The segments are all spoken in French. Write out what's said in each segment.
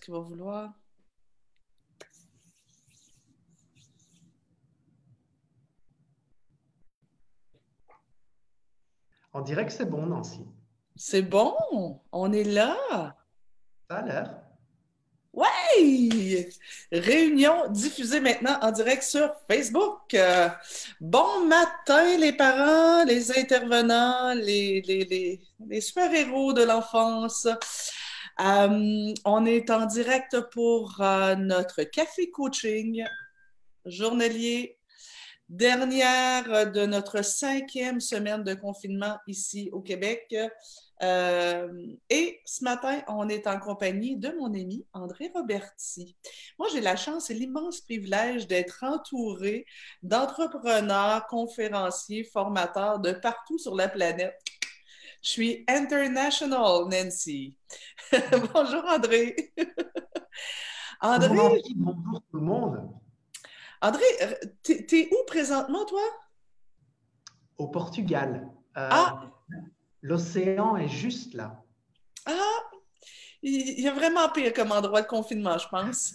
qu'il va vouloir? On dirait que c'est bon, Nancy. C'est bon, on est là. Ça a l'air. Ouais! Réunion diffusée maintenant en direct sur Facebook. Bon matin, les parents, les intervenants, les super-héros de l'enfance. On est en direct pour notre café coaching journalier, dernière de notre 5e semaine de confinement ici au Québec. Et ce matin, on est en compagnie de mon ami André Roberti. Moi, j'ai la chance et l'immense privilège d'être entourée d'entrepreneurs, conférenciers, formateurs de partout sur la planète. Je suis international, Nancy. Bonjour, André. Bonjour, André, Nancy. Bonjour tout le monde. André, t'es où présentement, toi? Au Portugal, Ah, l'océan est juste là. ah, il y a vraiment pire comme endroit de confinement, je pense.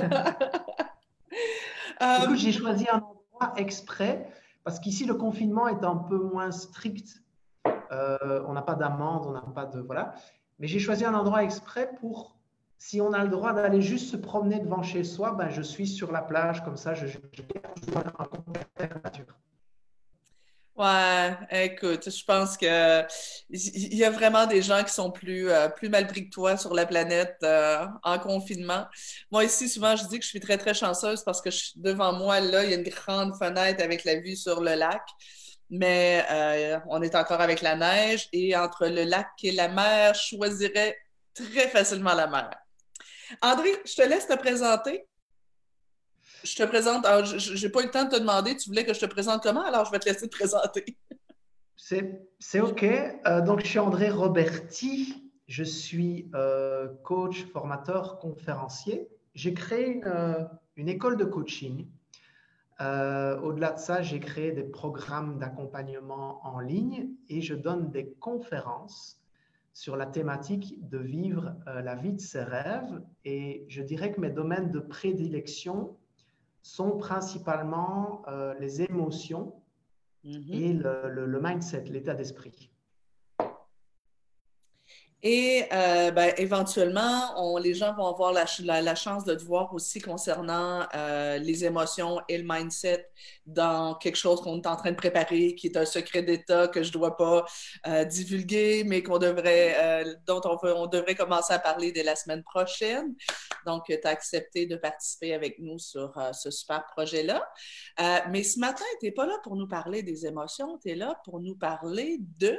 Écoute, Euh, j'ai choisi un endroit exprès parce qu'ici, le confinement est un peu moins strict. On n'a pas d'amende, on n'a pas de... Voilà. Mais j'ai choisi un endroit exprès pour, si on a le droit d'aller juste se promener devant chez soi, ben, je suis sur la plage, comme ça, je garde un contact avec la nature. ouais, écoute, je pense que il y a vraiment des gens qui sont plus mal pris que toi sur la planète en confinement. Moi ici, souvent, je dis que je suis très, très chanceuse parce que devant moi, là, il y a une grande fenêtre avec la vue sur le lac. Mais on est encore avec la neige et entre le lac et la mer, je choisirais très facilement la mer. André, je te laisse te présenter. Je te présente. Alors, j'ai pas eu le temps de te demander. Tu voulais que je te présente comment? Alors, je vais te laisser te présenter. C'est OK. Donc, je suis André Roberti. Je suis coach, formateur, conférencier. J'ai créé une école de coaching. Au-delà de ça, j'ai créé des programmes d'accompagnement en ligne et je donne des conférences sur la thématique de vivre la vie de ses rêves. Et je dirais que mes domaines de prédilection sont principalement les émotions Mhm. et le mindset, l'état d'esprit. Et ben, éventuellement, les gens vont avoir la chance de te voir aussi concernant les émotions et le mindset dans quelque chose qu'on est en train de préparer, qui est un secret d'État que je ne dois pas divulguer, mais dont on devrait commencer à parler dès la semaine prochaine. Donc, tu as accepté de participer avec nous sur ce super projet-là. Mais ce matin, tu n'es pas là pour nous parler des émotions, tu es là pour nous parler de...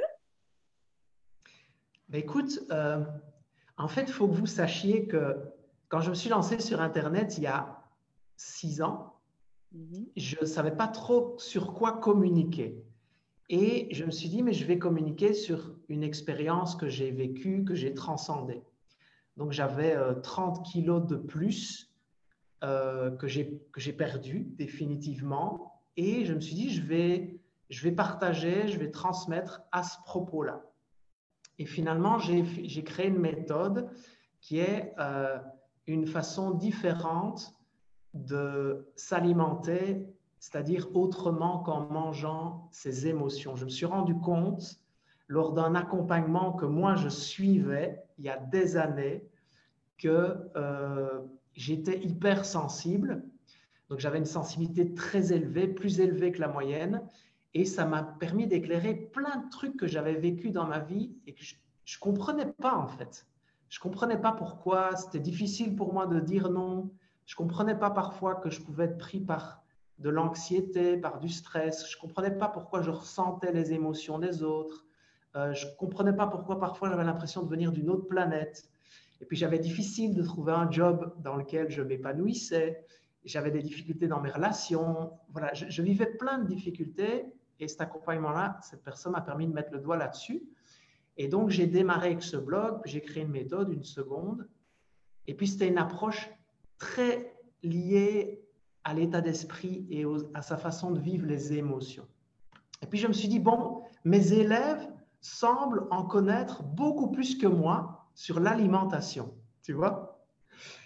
Mais écoute, en fait, il faut que vous sachiez que quand je me suis lancé sur Internet il y a 6 ans, Mhm. je ne savais pas trop sur quoi communiquer. Et je me suis dit, mais je vais communiquer sur une expérience que j'ai vécue, que j'ai transcendée. Donc j'avais 30 kilos de plus que j'ai perdu définitivement. Et je me suis dit, je vais partager, je vais transmettre à ce propos-là. Et finalement, j'ai créé une méthode qui est une façon différente de s'alimenter, c'est-à-dire autrement qu'en mangeant ses émotions. Je me suis rendu compte lors d'un accompagnement que moi je suivais il y a des années que j'étais hypersensible. Donc j'avais une sensibilité très élevée, plus élevée que la moyenne. Et ça m'a permis d'éclairer plein de trucs que j'avais vécu dans ma vie et que je ne comprenais pas en fait. Je ne comprenais pas pourquoi. C'était difficile pour moi de dire non. Je ne comprenais pas parfois que je pouvais être pris par de l'anxiété, par du stress. Je ne comprenais pas pourquoi je ressentais les émotions des autres. Je ne comprenais pas pourquoi parfois j'avais l'impression de venir d'une autre planète. Et puis j'avais difficile de trouver un job dans lequel je m'épanouissais. J'avais des difficultés dans mes relations. Voilà, je vivais plein de difficultés et cet accompagnement-là, cette personne m'a permis de mettre le doigt là-dessus. Et donc, j'ai démarré avec ce blog, puis j'ai créé une méthode, une seconde. Et puis, c'était une approche très liée à l'état d'esprit et à sa façon de vivre les émotions. Et puis, je me suis dit, bon, mes élèves semblent en connaître beaucoup plus que moi sur l'alimentation, tu vois.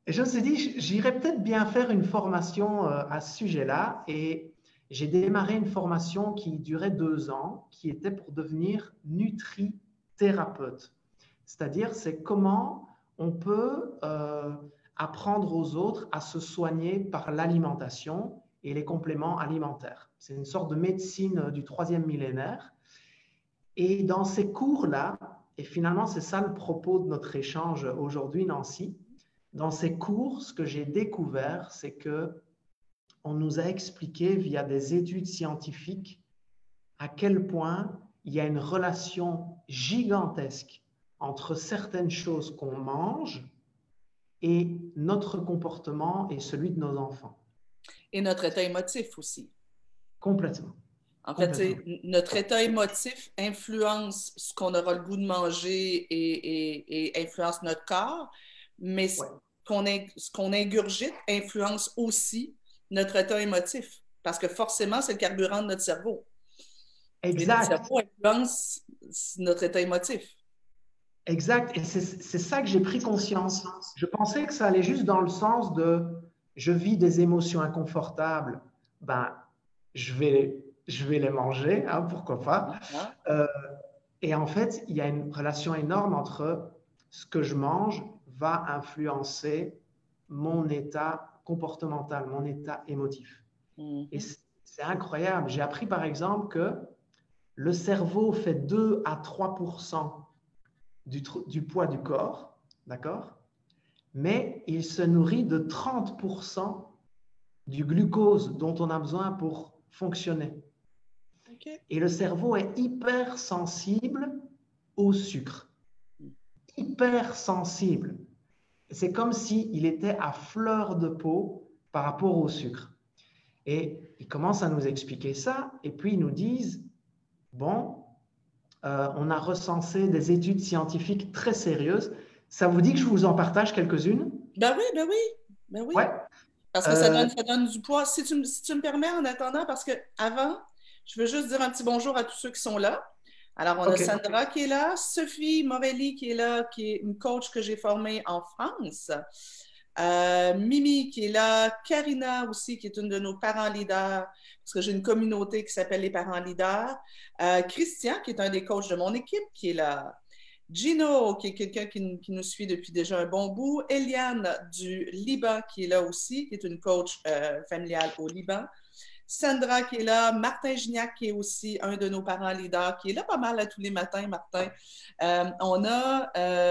Et je me suis dit, j'irais peut-être bien faire une formation à ce sujet-là. Et j'ai démarré une formation qui durait 2 ans, qui était pour devenir nutrithérapeute. C'est-à-dire, c'est comment on peut apprendre aux autres à se soigner par l'alimentation et les compléments alimentaires. C'est une sorte de médecine du 3e millénaire. Et dans ces cours-là, et finalement c'est ça le propos de notre échange aujourd'hui, Nancy, dans ces cours, ce que j'ai découvert, c'est que on nous a expliqué via des études scientifiques à quel point il y a une relation gigantesque entre certaines choses qu'on mange et notre comportement et celui de nos enfants. Et notre état émotif aussi. Complètement. En fait, Complètement. notre état émotif influence ce qu'on aura le goût de manger et influence notre corps, mais Ouais. ce qu'on ingurgite influence aussi notre état émotif, parce que forcément, c'est le carburant de notre cerveau. Et notre Exact. cerveau influence notre état émotif. Exact. Et c'est ça que j'ai pris conscience. Je pensais que ça allait juste dans le sens de je vis des émotions inconfortables, ben, je vais les manger, hein, pourquoi pas. Hein? Et en fait, il y a une relation énorme entre ce que je mange va influencer mon état comportemental, mon état émotif. Et Mm-hmm. c'est incroyable. J'ai appris par exemple que le cerveau fait 2 à 3% du poids du corps, d'accord? Mais il se nourrit de 30% du glucose dont on a besoin pour fonctionner. Okay. Et le cerveau est hyper sensible au sucre. Hyper sensible. C'est comme s'il était à fleur de peau par rapport au sucre. Et ils commencent à nous expliquer ça, et puis ils nous disent, bon, on a recensé des études scientifiques très sérieuses. Ça vous dit que je vous en partage quelques-unes? Ben oui, ben oui, ben oui. Ouais. Parce que ça donne du poids. Si tu me permets en attendant, parce que avant, je veux juste dire un petit bonjour à tous ceux qui sont là. Alors, on a OK. Sandra qui est là, Sophie Morelli qui est là, qui est une coach que j'ai formée en France. Mimi qui est là, Karina aussi, qui est une de nos parents leaders, parce que j'ai une communauté qui s'appelle les parents leaders. Christian, qui est un des coachs de mon équipe, qui est là. Gino, qui est quelqu'un qui nous suit depuis déjà un bon bout. Eliane du Liban, qui est là aussi, qui est une coach familiale au Liban. Sandra qui est là, Martin Gignac qui est aussi un de nos parents leaders, qui est là pas mal à tous les matins, Martin. On a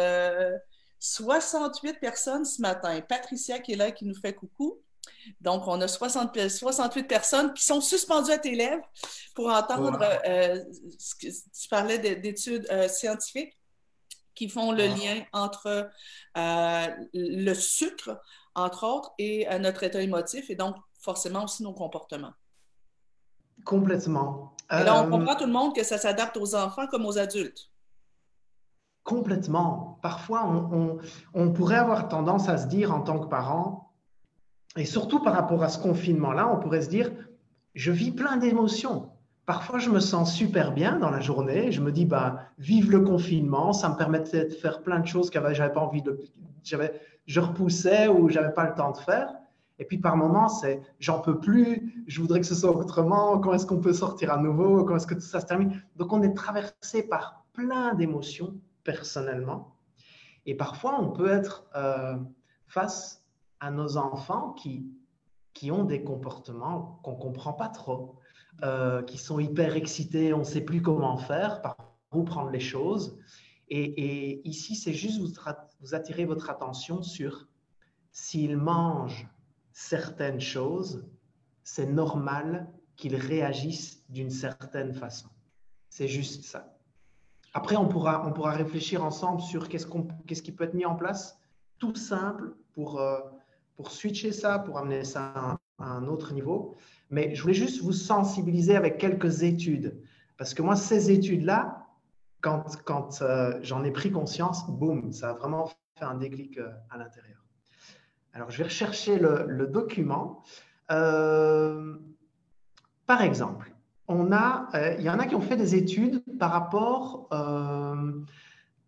68 personnes ce matin. Patricia qui est là, qui nous fait coucou. Donc, on a 68 personnes qui sont suspendues à tes lèvres pour entendre ce que tu parlais d'études scientifiques qui font le lien entre le sucre, entre autres, et notre état émotif, et donc forcément aussi nos comportements. Complètement. Et là, on comprend tout le monde que ça s'adapte aux enfants comme aux adultes. Complètement. Parfois, on pourrait avoir tendance à se dire en tant que parent, et surtout par rapport à ce confinement-là, on pourrait se dire, je vis plein d'émotions. Parfois, je me sens super bien dans la journée. Je me dis, bah, vive le confinement, ça me permettait de faire plein de choses que j'avais pas envie de, je repoussais ou j'avais pas le temps de faire. Et puis par moments, c'est j'en peux plus, je voudrais que ce soit autrement, quand est-ce qu'on peut sortir à nouveau, quand est-ce que tout ça se termine. Donc on est traversé par plein d'émotions personnellement. Et parfois, on peut être face à nos enfants qui ont des comportements qu'on ne comprend pas trop, qui sont hyper excités, on ne sait plus comment faire, par où prendre les choses. Et ici, c'est juste vous attirer votre attention sur s'ils mangent certaines choses, c'est normal qu'ils réagissent d'une certaine façon. C'est juste ça. Après, on pourra réfléchir ensemble sur qu'est-ce qui peut être mis en place tout simple pour switcher ça, pour amener ça à un autre niveau. Mais je voulais juste vous sensibiliser avec quelques études. Parce que moi, ces études-là, quand j'en ai pris conscience, boum, ça a vraiment fait un déclic à l'intérieur. Alors, je vais rechercher le document. Par exemple, il y en a qui ont fait des études par rapport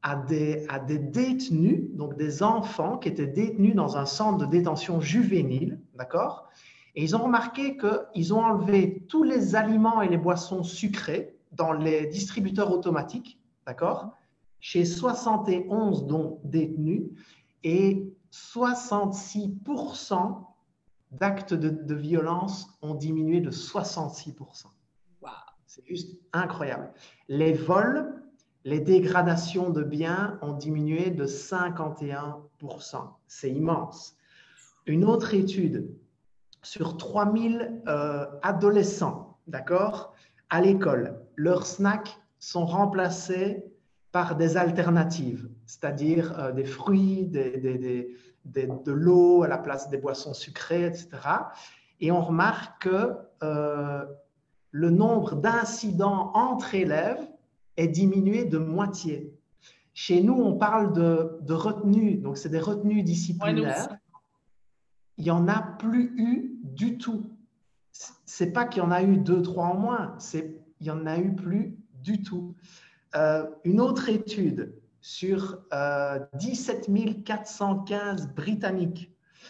à des détenus, donc des enfants qui étaient détenus dans un centre de détention juvénile, d'accord? Et ils ont remarqué qu'ils ont enlevé tous les aliments et les boissons sucrées dans les distributeurs automatiques, d'accord? Chez 71 dont détenus, et 66% d'actes de violence ont diminué de 66%. Wow. C'est juste incroyable. Les vols, les dégradations de biens ont diminué de 51%. C'est immense. Une autre étude sur 3000 adolescents, d'accord, à l'école, leurs snacks sont remplacés par des alternatives, c'est-à-dire des fruits, de l'eau à la place des boissons sucrées, etc. Et on remarque que le nombre d'incidents entre élèves est diminué de moitié. Chez nous, on parle de retenues, donc c'est des retenues disciplinaires. Ouais, il n'y en a plus eu du tout. C'est pas qu'il y en a eu 2, 3 en moins, il n'y en a eu plus du tout. Une autre étude sur 17 415 Britanniques,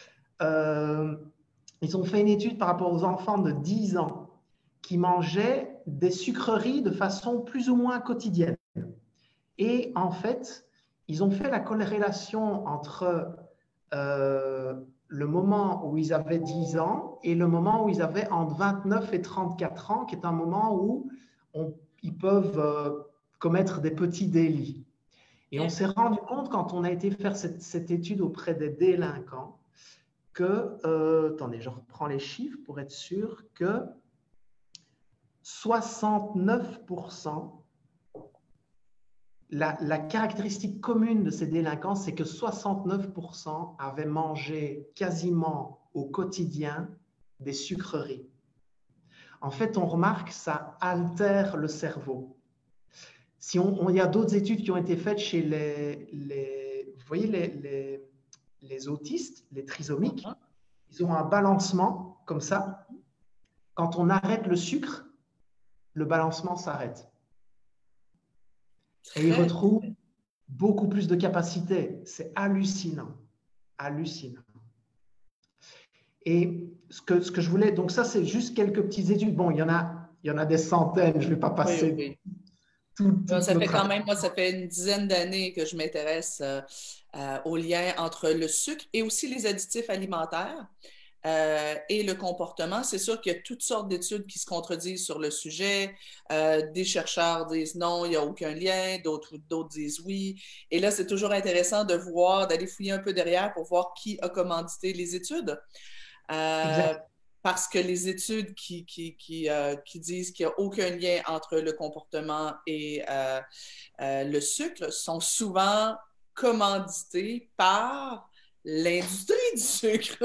ils ont fait une étude par rapport aux enfants de 10 ans qui mangeaient des sucreries de façon plus ou moins quotidienne. Et en fait, ils ont fait la corrélation entre le moment où ils avaient 10 ans et le moment où ils avaient entre 29 et 34 ans, qui est un moment où ils peuvent commettre des petits délits. Et on s'est rendu compte, quand on a été faire cette étude auprès des délinquants, que, attendez, je reprends les chiffres pour être sûr, que 69%, la caractéristique commune de ces délinquants, c'est que 69% avaient mangé quasiment au quotidien des sucreries. En fait, on remarque que ça altère le cerveau. Il y a d'autres études qui ont été faites chez vous voyez les autistes, les trisomiques, ils ont un balancement comme ça. Quand on arrête le sucre, le balancement s'arrête. Et ils retrouvent beaucoup plus de capacité. C'est hallucinant. Hallucinant. Et ce que je voulais, donc ça, c'est juste quelques petites études. Bon, il y en a des centaines, je ne vais pas passer tout ça fait quand même, moi, ça fait une dizaine d'années que je m'intéresse au lien entre le sucre et aussi les additifs alimentaires. Et le comportement. C'est sûr qu'il y a toutes sortes d'études qui se contredisent sur le sujet. Des chercheurs disent non, il n'y a aucun lien, d'autres disent oui. Et là, c'est toujours intéressant de voir, d'aller fouiller un peu derrière pour voir qui a commandité les études. Parce que les études qui disent qu'il n'y a aucun lien entre le comportement et le sucre sont souvent commanditées par l'industrie du sucre.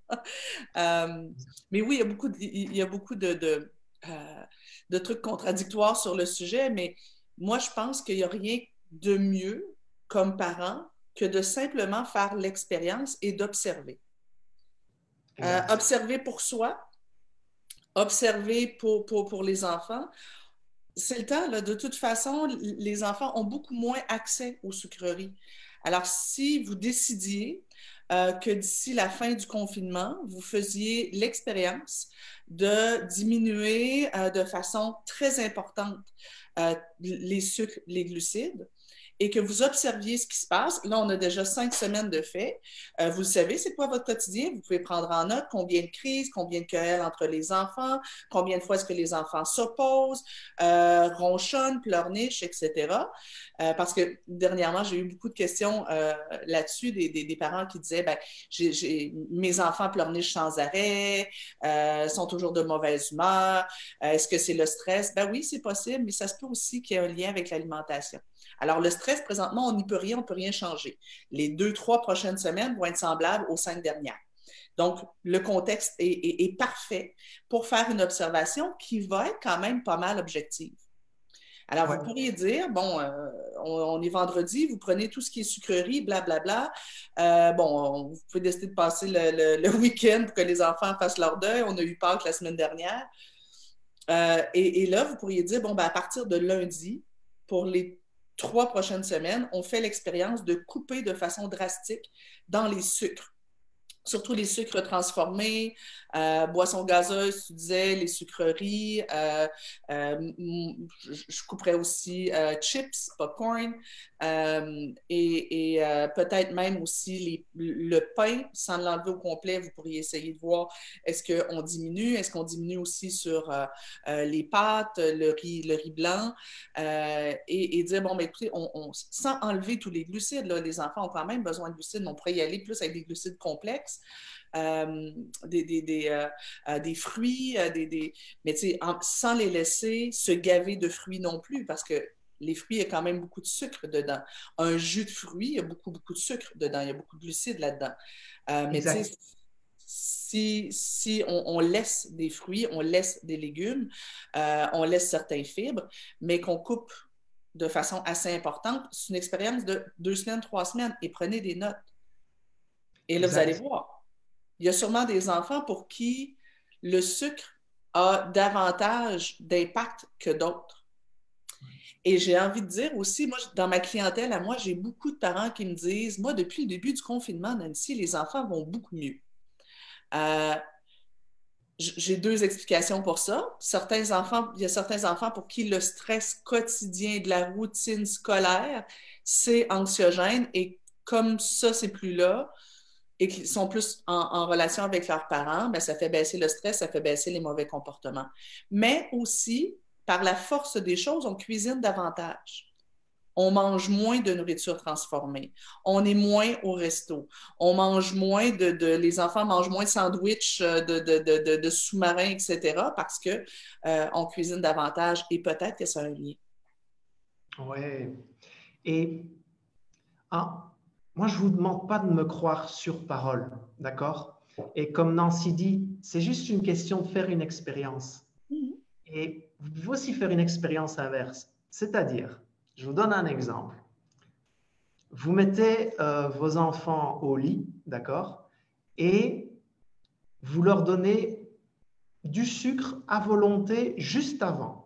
Mais oui, il y a beaucoup de trucs contradictoires sur le sujet, mais moi, je pense qu'il n'y a rien de mieux comme parent que de simplement faire l'expérience et d'observer. Observer pour soi, observer pour les enfants. C'est le temps, là. De toute façon, les enfants ont beaucoup moins accès aux sucreries. Alors, si vous décidiez que d'ici la fin du confinement, vous faisiez l'expérience de diminuer de façon très importante les sucres, les glucides, et que vous observiez ce qui se passe. Là, on a déjà 5 semaines de fait. Vous savez, c'est quoi votre quotidien? Vous pouvez prendre en note combien de crises, combien de querelles entre les enfants, combien de fois est-ce que les enfants s'opposent, ronchonnent, pleurnichent, etc. Parce que dernièrement, j'ai eu beaucoup de questions là-dessus des parents qui disaient ben, mes enfants pleurnichent sans arrêt, sont toujours de mauvaise humeur. Est-ce que c'est le stress? Ben oui, c'est possible, mais ça se peut aussi qu'il y ait un lien avec l'alimentation. Alors, le stress, présentement, on n'y peut rien, on ne peut rien changer. Les 2, 3 prochaines semaines vont être semblables aux 5 dernières. Donc, le contexte est parfait pour faire une observation qui va être quand même pas mal objective. Alors, vous pourriez dire, bon, on est vendredi, vous prenez tout ce qui est sucrerie, blablabla. Bon, vous pouvez décider de passer le week-end pour que les enfants fassent leur deuil. On a eu Pâques la semaine dernière. Et là, vous pourriez dire, bon, ben, à partir de lundi, pour les 3 prochaines semaines, on fait l'expérience de couper de façon drastique dans les sucres. Surtout les sucres transformés, boissons gazeuses, tu disais, les sucreries. Je couperais aussi chips, popcorn, peut-être même aussi le pain, sans l'enlever au complet. Vous pourriez essayer de voir est-ce qu'on diminue, est-ce qu'on diminue aussi sur les pâtes, le riz blanc, et dire, bon, mais écoutez, sans enlever tous les glucides, là, les enfants ont quand même besoin de glucides, mais on pourrait y aller plus avec des glucides complexes. Des fruits, mais sans les laisser se gaver de fruits non plus, parce que les fruits, il y a quand même beaucoup de sucre dedans. Un jus de fruits, il y a beaucoup, beaucoup de sucre dedans, il y a beaucoup de glucides là-dedans. Mais tu sais, si on laisse des fruits, on laisse des légumes, on laisse certaines fibres, mais qu'on coupe de façon assez importante, c'est une expérience de 2 semaines, 3 semaines, et prenez des notes. Et là, vous allez voir. Il y a sûrement des enfants pour qui le sucre a davantage d'impact que d'autres. Et j'ai envie de dire aussi, moi, dans ma clientèle, à moi, j'ai beaucoup de parents qui me disent, moi, depuis le début du confinement, Nancy, les enfants vont beaucoup mieux. J'ai 2 explications pour ça. Il y a certains enfants pour qui le stress quotidien de la routine scolaire, c'est anxiogène, et comme ça, c'est plus là, et qui sont plus en relation avec leurs parents, bien, ça fait baisser le stress, ça fait baisser les mauvais comportements. Mais aussi, par la force des choses, on cuisine davantage. On mange moins de nourriture transformée. On est moins au resto. On mange moins les enfants mangent moins de sandwichs, de sous-marins, etc., parce que on cuisine davantage, et peut-être que c'est un lien. Ouais. Et moi, je ne vous demande pas de me croire sur parole, d'accord? Et comme Nancy dit, c'est juste une question de faire une expérience. Et vous pouvez aussi faire une expérience inverse. C'est-à-dire, je vous donne un exemple. Vous mettez vos enfants au lit, d'accord? Et vous leur donnez du sucre à volonté juste avant.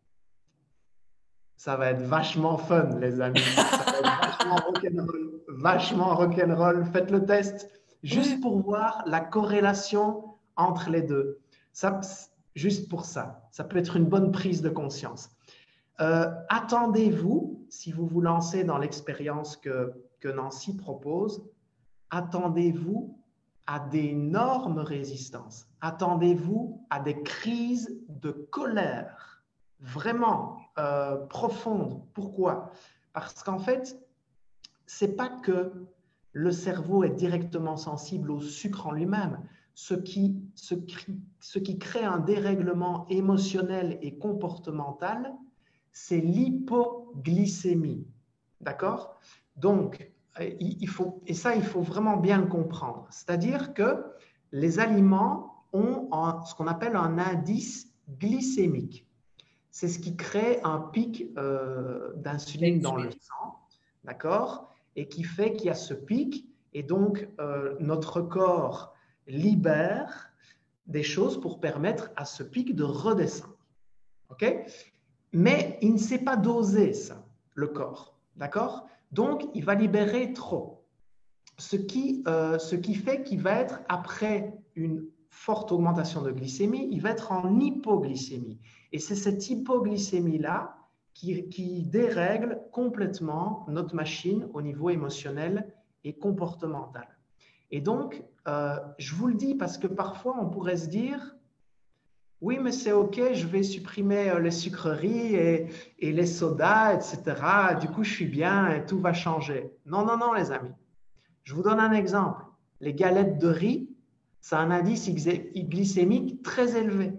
Ça va être vachement fun, les amis. Ça va être vachement rock'n'roll. Vachement rock'n'roll. Faites le test juste pour voir la corrélation entre les deux. Ça, juste pour ça. Ça peut être une bonne prise de conscience. Attendez-vous, si vous vous lancez dans l'expérience que Nancy propose, attendez-vous à d'énormes résistances. Attendez-vous à des crises de colère vraiment profondes. Pourquoi? Parce qu'en fait, c'est pas que le cerveau est directement sensible au sucre en lui-même. Ce qui crée un dérèglement émotionnel et comportemental, c'est l'hypoglycémie. D'accord? Donc, il faut vraiment bien le comprendre. C'est-à-dire que les aliments ont ce qu'on appelle un indice glycémique. C'est ce qui crée un pic d'insuline dans le sang, d'accord? Et qui fait qu'il y a ce pic, et donc notre corps libère des choses pour permettre à ce pic de redescendre. OK? Mais il ne sait pas doser ça, le corps, d'accord? Donc, il va libérer trop. Ce qui fait qu'il va être, après une forte augmentation de glycémie, il va être en hypoglycémie. Et c'est cette hypoglycémie-là qui dérègle complètement notre machine au niveau émotionnel et comportemental. Et donc, je vous le dis parce que parfois, on pourrait se dire, oui, mais c'est OK, je vais supprimer les sucreries et les sodas, etc. Du coup, je suis bien et tout va changer. Non, non, non, les amis. Je vous donne un exemple. Les galettes de riz, ça a un indice glycémique très élevé.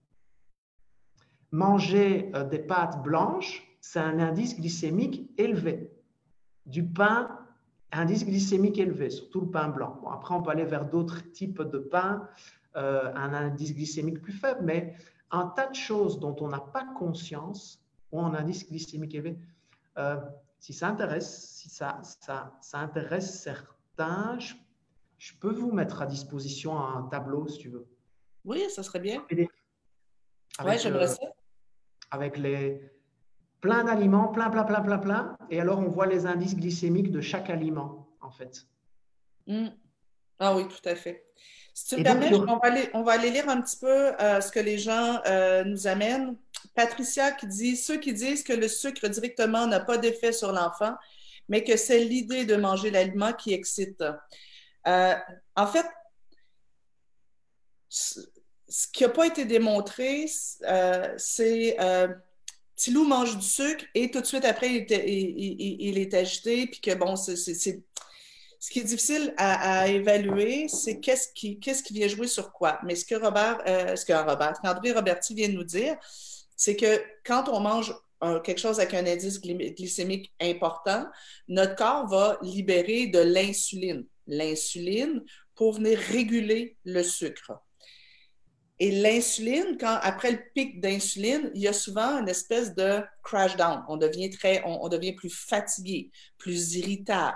Manger des pâtes blanches, c'est un indice glycémique élevé. Du pain, indice glycémique élevé, surtout le pain blanc. Bon, après, on peut aller vers d'autres types de pain, un indice glycémique plus faible, mais un tas de choses dont on n'a pas conscience ont un indice glycémique élevé. Si ça intéresse, ça intéresse certains, je peux vous mettre à disposition un tableau si tu veux. Oui, ça serait bien. Oui, j'aimerais ça. Avec les plein d'aliments, plein. Et alors, on voit les indices glycémiques de chaque aliment, en fait. Mm. Ah oui, tout à fait. Si tu me Et donc, permets, on va aller lire un petit peu ce que les gens nous amènent. Patricia qui dit, ceux qui disent que le sucre directement n'a pas d'effet sur l'enfant, mais que c'est l'idée de manger l'aliment qui excite. Euh, En fait, ce qui n'a pas été démontré, c'est Tilou mange du sucre et tout de suite après, il est agité, puis que bon, ce qui est difficile à évaluer, c'est qu'est-ce qui vient jouer sur quoi. Mais ce qu'André Roberti vient de nous dire, c'est que quand on mange quelque chose avec un indice glycémique important, notre corps va libérer de l'insuline. L'insuline pour venir réguler le sucre. Et l'insuline, après le pic d'insuline, il y a souvent une espèce de crash down. On devient plus fatigué, plus irritable,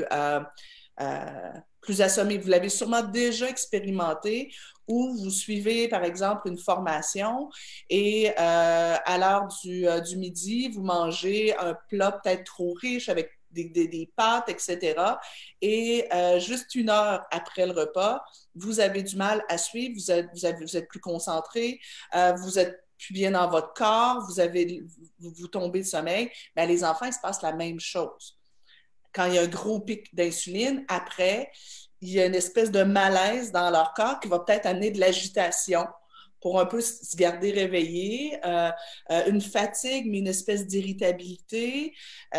plus assommé. Vous l'avez sûrement déjà expérimenté où vous suivez, par exemple, une formation et à l'heure du midi, vous mangez un plat peut-être trop riche avec des pâtes, etc. Et juste une heure après le repas, vous avez du mal à suivre, vous êtes plus concentré, vous êtes plus bien dans votre corps, vous tombez de sommeil. Bien, les enfants, il se passe la même chose. Quand il y a un gros pic d'insuline, après, il y a une espèce de malaise dans leur corps qui va peut-être amener de l'agitation pour un peu se garder réveillé, une fatigue, mais une espèce d'irritabilité,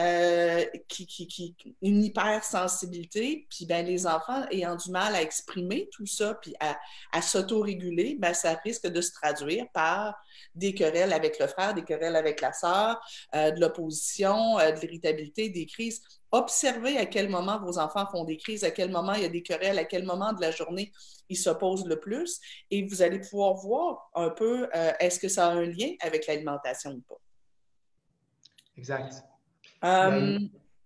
une hypersensibilité. Puis ben, les enfants ayant du mal à exprimer tout ça, puis à s'autoréguler, ben, ça risque de se traduire par des querelles avec le frère, des querelles avec la sœur, de l'opposition, de l'irritabilité, des crises. Observez à quel moment vos enfants font des crises, à quel moment il y a des querelles, à quel moment de la journée ils s'opposent le plus, et vous allez pouvoir voir un peu est-ce que ça a un lien avec l'alimentation ou pas. Exact. Euh,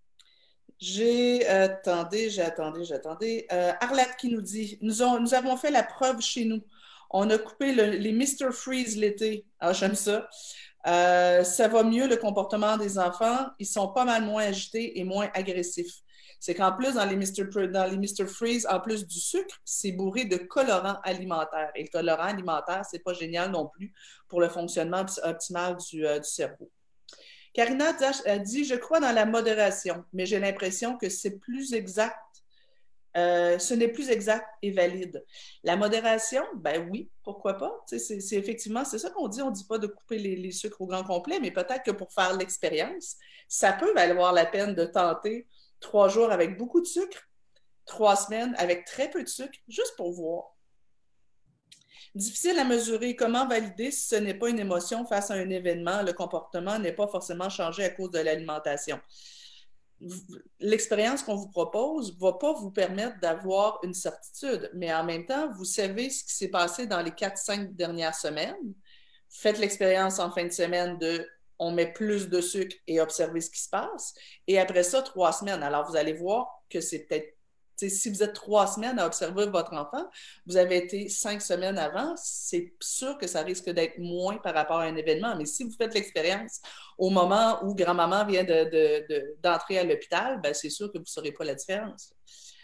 Attendez. Arlette qui nous dit, nous avons fait la preuve chez nous. On a coupé les Mr. Freeze l'été. Ah, j'aime ça. Ça va mieux le comportement des enfants. Ils sont pas mal moins agités et moins agressifs. C'est qu'en plus, dans les Mr. Freeze, en plus du sucre, c'est bourré de colorants alimentaires. Et le colorant alimentaire, c'est pas génial non plus pour le fonctionnement optimal du cerveau. Karina a dit, je crois dans la modération, mais j'ai l'impression que c'est plus exact. Ce n'est plus exact et valide. La modération, ben oui, pourquoi pas? Effectivement, c'est ça qu'on dit. On ne dit pas de couper les sucres au grand complet, mais peut-être que pour faire l'expérience, ça peut valoir la peine de tenter 3 jours avec beaucoup de sucre, 3 semaines avec très peu de sucre, juste pour voir. Difficile à mesurer. Comment valider si ce n'est pas une émotion face à un événement? Le comportement n'est pas forcément changé à cause de l'alimentation. L'expérience qu'on vous propose ne va pas vous permettre d'avoir une certitude, mais en même temps, vous savez ce qui s'est passé dans les 4-5 dernières semaines. Faites l'expérience en fin de semaine de on met plus de sucre et observez ce qui se passe. Et après ça, 3 semaines. Alors, vous allez voir que c'est peut-être si vous êtes 3 semaines à observer votre enfant, vous avez été 5 semaines avant, c'est sûr que ça risque d'être moins par rapport à un événement. Mais si vous faites l'expérience au moment où grand-maman vient d'entrer à l'hôpital, ben c'est sûr que vous ne saurez pas la différence.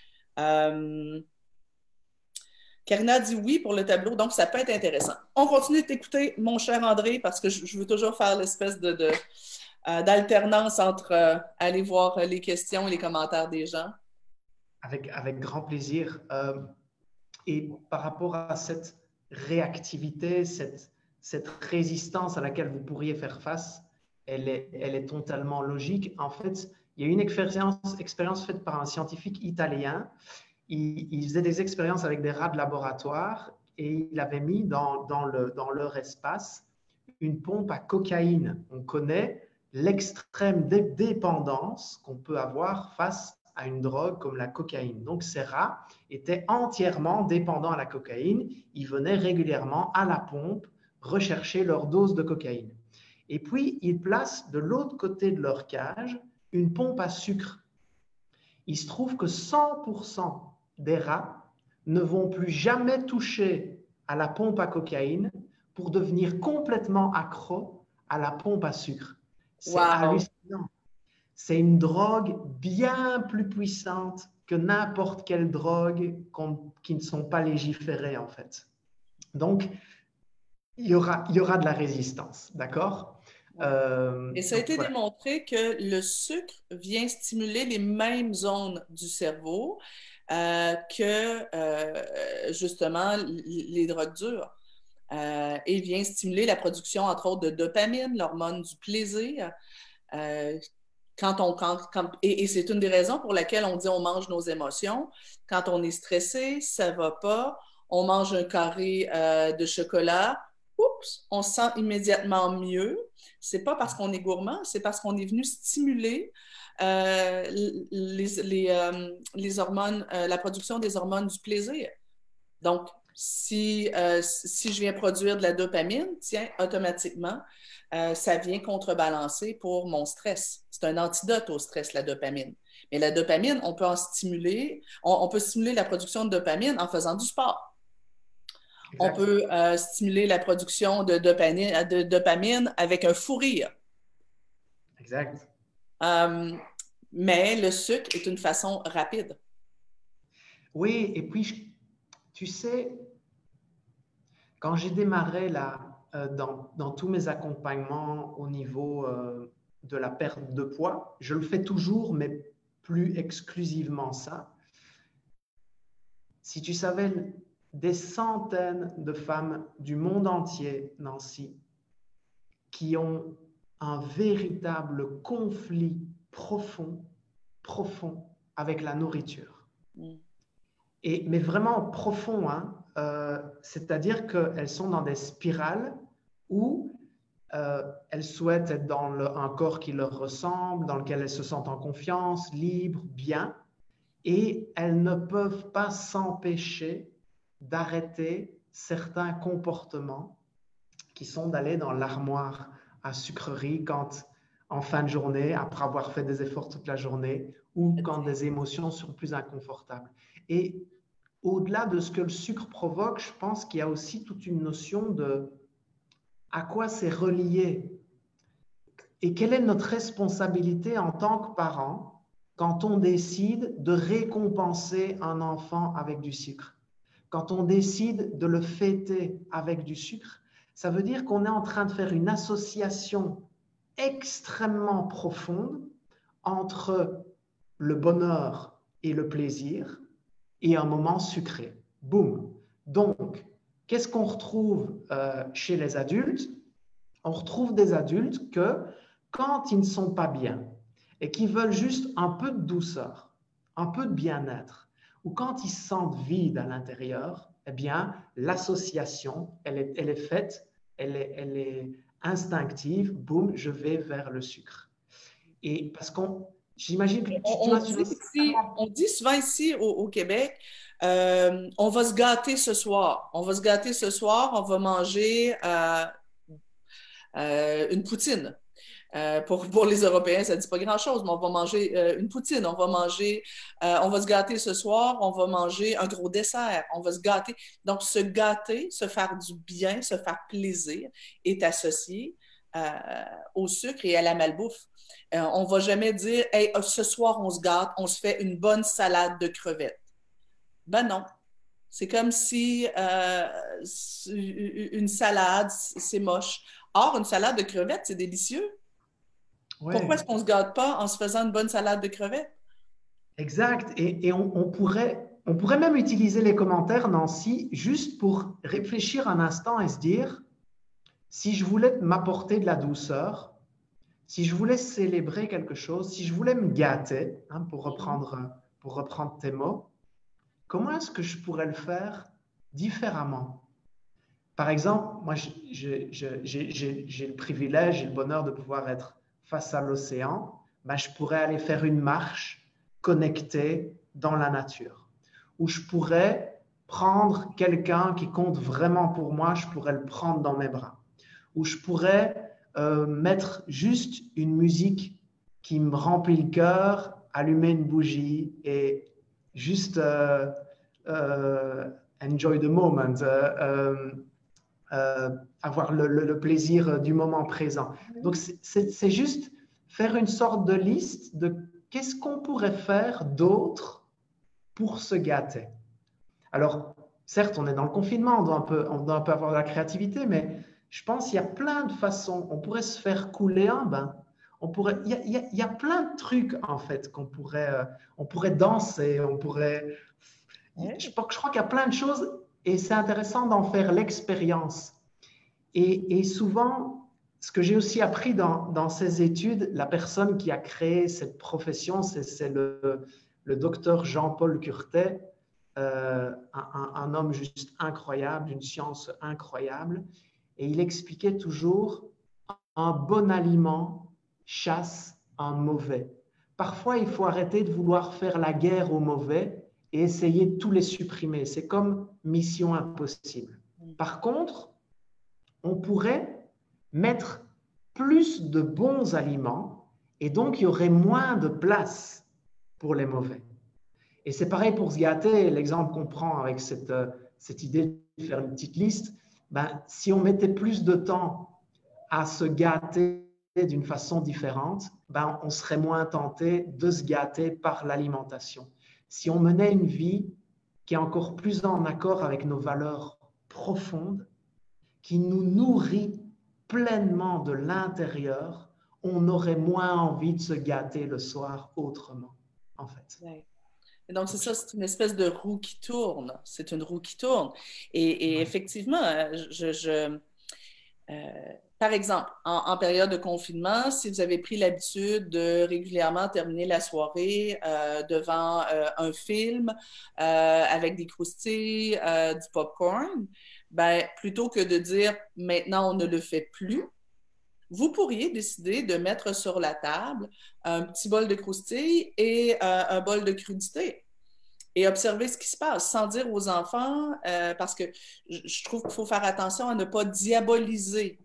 Karina dit oui pour le tableau, donc ça peut être intéressant. On continue de t'écouter, mon cher André, parce que je veux toujours faire l'espèce d'alternance entre aller voir les questions et les commentaires des gens. Avec grand plaisir. Et par rapport à cette réactivité, cette résistance à laquelle vous pourriez faire face, elle est totalement logique. En fait, il y a une expérience faite par un scientifique italien. Il faisait des expériences avec des rats de laboratoire et il avait mis dans leur espace une pompe à cocaïne. On connaît l'extrême dépendance qu'on peut avoir face à une drogue comme la cocaïne. Donc, ces rats étaient entièrement dépendants à la cocaïne. Ils venaient régulièrement à la pompe rechercher leur dose de cocaïne. Et puis, ils placent de l'autre côté de leur cage une pompe à sucre. Il se trouve que 100% des rats ne vont plus jamais toucher à la pompe à cocaïne pour devenir complètement accros à la pompe à sucre. C'est Wow! hallucinant. C'est une drogue bien plus puissante que n'importe quelle drogue qui ne sont pas légiférées, en fait. Donc, il y aura de la résistance, d'accord? Ouais. Et ça a Donc, été voilà. démontré que le sucre vient stimuler les mêmes zones du cerveau que justement les drogues dures. Et vient stimuler la production, entre autres, de dopamine, l'hormone du plaisir. Euh, et c'est une des raisons pour laquelle on dit on mange nos émotions. Quand on est stressé, ça va pas. On mange un carré de chocolat. Oups, on se sent immédiatement mieux. C'est pas parce qu'on est gourmand, c'est parce qu'on est venu stimuler les hormones, la production des hormones du plaisir. Donc, si je viens produire de la dopamine, tiens, automatiquement, ça vient contrebalancer pour mon stress. C'est un antidote au stress, la dopamine. Mais la dopamine, on peut en stimuler, on peut stimuler la production de dopamine en faisant du sport. On Exact. peut stimuler la production de dopamine avec un fou rire. Exact. Euh, mais le sucre est une façon rapide. Oui, et puis, tu sais, quand j'ai démarré là, dans tous mes accompagnements au niveau de la perte de poids, je le fais toujours, mais plus exclusivement ça. Si tu savais des centaines de femmes du monde entier, Nancy, qui ont un véritable conflit profond, profond avec la nourriture. Mm. Mais vraiment profond, hein, c'est-à-dire qu'elles sont dans des spirales où elles souhaitent être dans un corps qui leur ressemble, dans lequel elles se sentent en confiance, libres, bien, et elles ne peuvent pas s'empêcher d'arrêter certains comportements qui sont d'aller dans l'armoire à sucreries quand, en fin de journée, après avoir fait des efforts toute la journée, ou quand des émotions sont plus inconfortables. Et au-delà de ce que le sucre provoque, je pense qu'il y a aussi toute une notion de à quoi c'est relié et quelle est notre responsabilité en tant que parents quand on décide de récompenser un enfant avec du sucre. Quand on décide de le fêter avec du sucre, ça veut dire qu'on est en train de faire une association extrêmement profonde entre le bonheur et le plaisir et un moment sucré. Boum. Donc, qu'est-ce qu'on retrouve chez les adultes? On retrouve des adultes que, quand ils ne sont pas bien et qu'ils veulent juste un peu de douceur, un peu de bien-être, ou quand ils se sentent vides à l'intérieur, eh bien, l'association, elle est faite, elle est instinctive, boum, je vais vers le sucre. Et parce j'imagine que tu vois, On dit souvent ici au Québec, on va se gâter ce soir. On va se gâter ce soir, on va manger une poutine. Pour les Européens, ça ne dit pas grand-chose, mais on va manger une poutine, on va se gâter ce soir, on va manger un gros dessert, on va se gâter. Donc, se gâter, se faire du bien, se faire plaisir est associé au sucre et à la malbouffe. On ne va jamais dire, hey, ce soir, on se gâte, on se fait une bonne salade de crevettes. Ben non. C'est comme si une salade, c'est moche. Or, une salade de crevettes, c'est délicieux. Pourquoi est-ce ouais, qu'on ne se gâte pas en se faisant une bonne salade de crevettes? exact. Et on pourrait même utiliser les commentaires, Nancy, juste pour réfléchir un instant et se dire, si je voulais m'apporter de la douceur, si je voulais célébrer quelque chose, si je voulais me gâter, hein, pour reprendre tes mots, comment est-ce que je pourrais le faire différemment? Par exemple, moi, j'ai le privilège et le bonheur de pouvoir être face à l'océan. Ben, je pourrais aller faire une marche connectée dans la nature. Ou je pourrais prendre quelqu'un qui compte vraiment pour moi, je pourrais le prendre dans mes bras. Ou je pourrais mettre juste une musique qui me remplit le cœur, allumer une bougie et juste enjoy the moment. avoir le plaisir du moment présent. Donc, c'est juste faire une sorte de liste de qu'est-ce qu'on pourrait faire d'autre pour se gâter. Alors, certes, on est dans le confinement, on doit un peu avoir de la créativité, mais je pense qu'il y a plein de façons. On pourrait se faire couler un bain. Il y a plein de trucs, en fait, on pourrait danser, je crois qu'il y a plein de choses et c'est intéressant d'en faire l'expérience. Et souvent, ce que j'ai aussi appris dans ces études, la personne qui a créé cette profession, c'est le docteur Jean-Paul Curtet, un homme juste incroyable, d'une science incroyable. Et il expliquait toujours, un bon aliment chasse un mauvais. Parfois, il faut arrêter de vouloir faire la guerre aux mauvais et essayer de tous les supprimer. C'est comme mission impossible. Par contre, on pourrait mettre plus de bons aliments et donc il y aurait moins de place pour les mauvais. Et c'est pareil pour se gâter. L'exemple qu'on prend avec cette idée de faire une petite liste, si on mettait plus de temps à se gâter d'une façon différente, on serait moins tenté de se gâter par l'alimentation. Si on menait une vie qui est encore plus en accord avec nos valeurs profondes, qui nous nourrit pleinement de l'intérieur, on aurait moins envie de se gâter le soir autrement, en fait. Ouais. Et donc, c'est ça, c'est une espèce de roue qui tourne. C'est une roue qui tourne. Et effectivement, par exemple, en période de confinement, si vous avez pris l'habitude de régulièrement terminer la soirée devant un film avec des croustilles, du popcorn, plutôt que de dire maintenant on ne le fait plus, vous pourriez décider de mettre sur la table un petit bol de croustilles et un bol de crudité et observer ce qui se passe sans dire aux enfants, parce que je trouve qu'il faut faire attention à ne pas diaboliser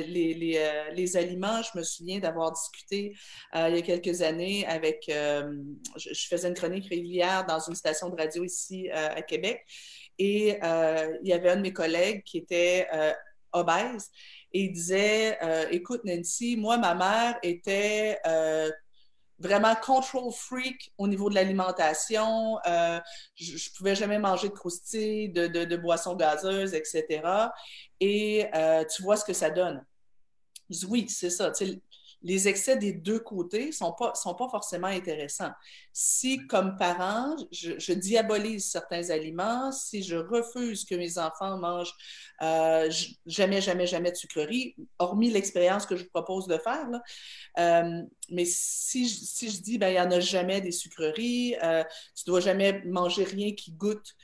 les aliments. Je me souviens d'avoir discuté il y a quelques années avec, je faisais une chronique régulière dans une station de radio ici à Québec et il y avait un de mes collègues qui était obèse et il disait, écoute Nancy, moi ma mère était vraiment control freak au niveau de l'alimentation. Je ne pouvais jamais manger de croustilles, de boissons gazeuses, etc. Et tu vois ce que ça donne. Je dis, oui, c'est ça. Les excès des deux côtés ne sont pas forcément intéressants. Si, comme parent, je diabolise certains aliments, si je refuse que mes enfants mangent jamais, jamais, jamais de sucreries, hormis l'expérience que je vous propose de faire, là, mais si je dis, il n'y en a jamais des sucreries, tu ne dois jamais manger rien qui goûte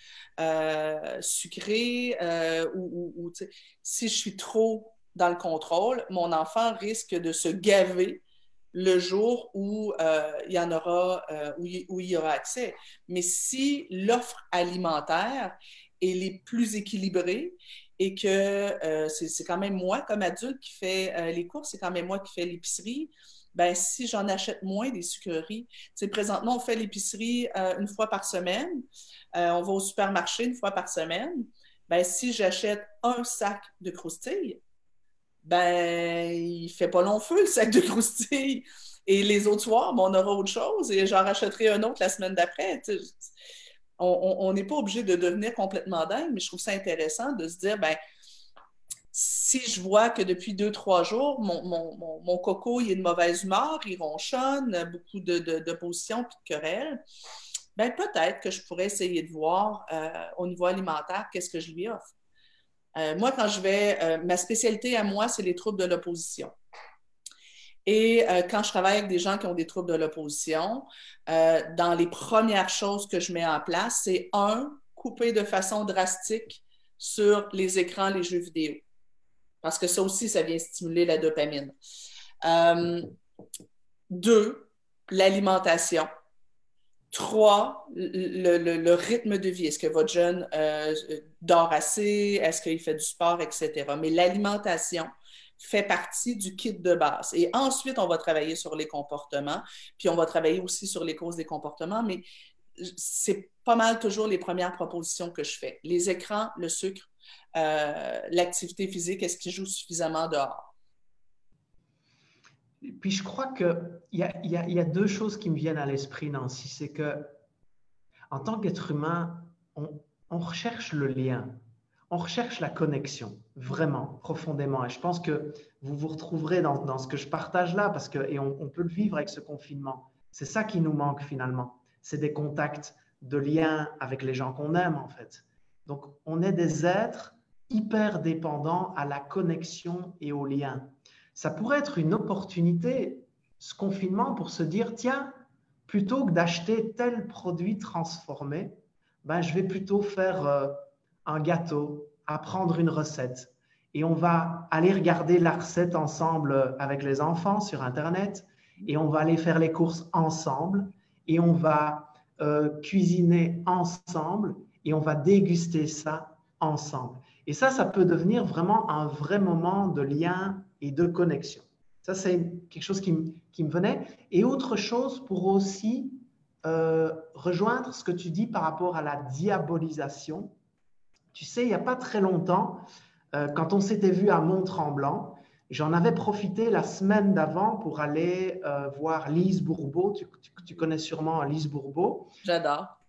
sucré, ou si je suis trop dans le contrôle, mon enfant risque de se gaver le jour où il y en aura, où il y aura accès. Mais si l'offre alimentaire est plus équilibrée et que c'est quand même moi, comme adulte, qui fais les courses, c'est quand même moi qui fais l'épicerie, si j'en achète moins des sucreries, présentement, on fait l'épicerie une fois par semaine, on va au supermarché une fois par semaine, si j'achète un sac de croustilles, il ne fait pas long feu, le sac de croustilles. Et les autres soirs, on aura autre chose et j'en rachèterai un autre la semaine d'après. On n'est pas obligé de devenir complètement dingue, mais je trouve ça intéressant de se dire, si je vois que depuis 2, 3 jours, mon coco il est de mauvaise humeur, il ronchonne, beaucoup d'opposition et de querelles, peut-être que je pourrais essayer de voir au niveau alimentaire qu'est-ce que je lui offre. Moi, quand je vais, ma spécialité à moi, c'est les troubles de l'opposition. Et quand je travaille avec des gens qui ont des troubles de l'opposition, dans les premières choses que je mets en place, c'est couper de façon drastique sur les écrans, les jeux vidéo. Parce que ça aussi, ça vient stimuler la dopamine. 2, l'alimentation. 3, le rythme de vie. Est-ce que votre jeune dort assez? Est-ce qu'il fait du sport, etc.? Mais l'alimentation fait partie du kit de base. Et ensuite, on va travailler sur les comportements, puis on va travailler aussi sur les causes des comportements, mais c'est pas mal toujours les premières propositions que je fais. Les écrans, le sucre, l'activité physique, est-ce qu'il joue suffisamment dehors? Et puis je crois qu'il y a deux choses qui me viennent à l'esprit, Nancy. C'est que en tant qu'être humain, on, on recherche le lien, on recherche la connexion, vraiment, profondément. Et je pense que vous vous retrouverez dans ce que je partage là, parce que, et on peut le vivre avec ce confinement. C'est ça qui nous manque finalement. C'est des contacts, de liens avec les gens qu'on aime en fait. Donc on est des êtres hyper dépendants à la connexion et au lien. Ça pourrait être une opportunité, ce confinement, pour se dire, tiens, plutôt que d'acheter tel produit transformé, ben, je vais plutôt faire un gâteau, apprendre une recette. Et on va aller regarder la recette ensemble avec les enfants sur Internet, et on va aller faire les courses ensemble, et on va cuisiner ensemble, et on va déguster ça ensemble. Et ça peut devenir vraiment un vrai moment de lien et de connexion. Ça, c'est quelque chose qui me venait. Et autre chose pour aussi rejoindre ce que tu dis par rapport à la diabolisation. Tu sais, il n'y a pas très longtemps, quand on s'était vu à Mont-Tremblant, j'en avais profité la semaine d'avant pour aller voir Lise Bourbeau. Tu connais sûrement Lise Bourbeau. J'adore.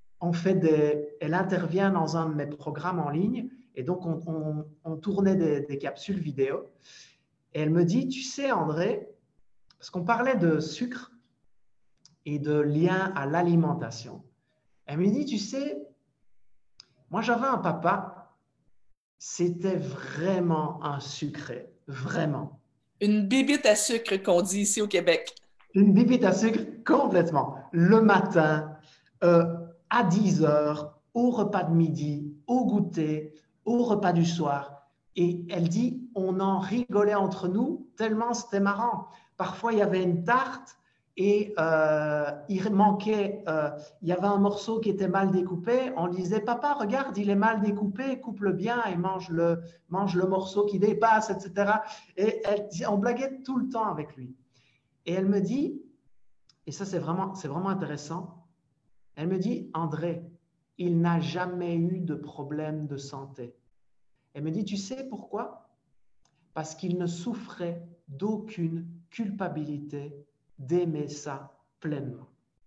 Elle intervient dans un de mes programmes en ligne et donc on tournait des capsules vidéo. Et elle me dit, tu sais André, parce qu'on parlait de sucre et de lien à l'alimentation. Elle me dit, tu sais, moi j'avais un papa, c'était vraiment un sucré, vraiment. Une bibite à sucre qu'on dit ici au Québec. Une bibite à sucre complètement. Le matin, à 10 heures, au repas de midi, au goûter, au repas du soir. Et elle dit, on en rigolait entre nous tellement c'était marrant. Parfois, il y avait une tarte et il manquait, il y avait un morceau qui était mal découpé. On lui disait, papa, regarde, il est mal découpé, coupe-le bien et mange le morceau qui dépasse, etc. Et on blaguait tout le temps avec lui. Et elle me dit, et ça c'est vraiment intéressant, elle me dit, André, il n'a jamais eu de problème de santé. Elle me dit, tu sais pourquoi? Parce qu'il ne souffrait d'aucune culpabilité d'aimer ça pleinement.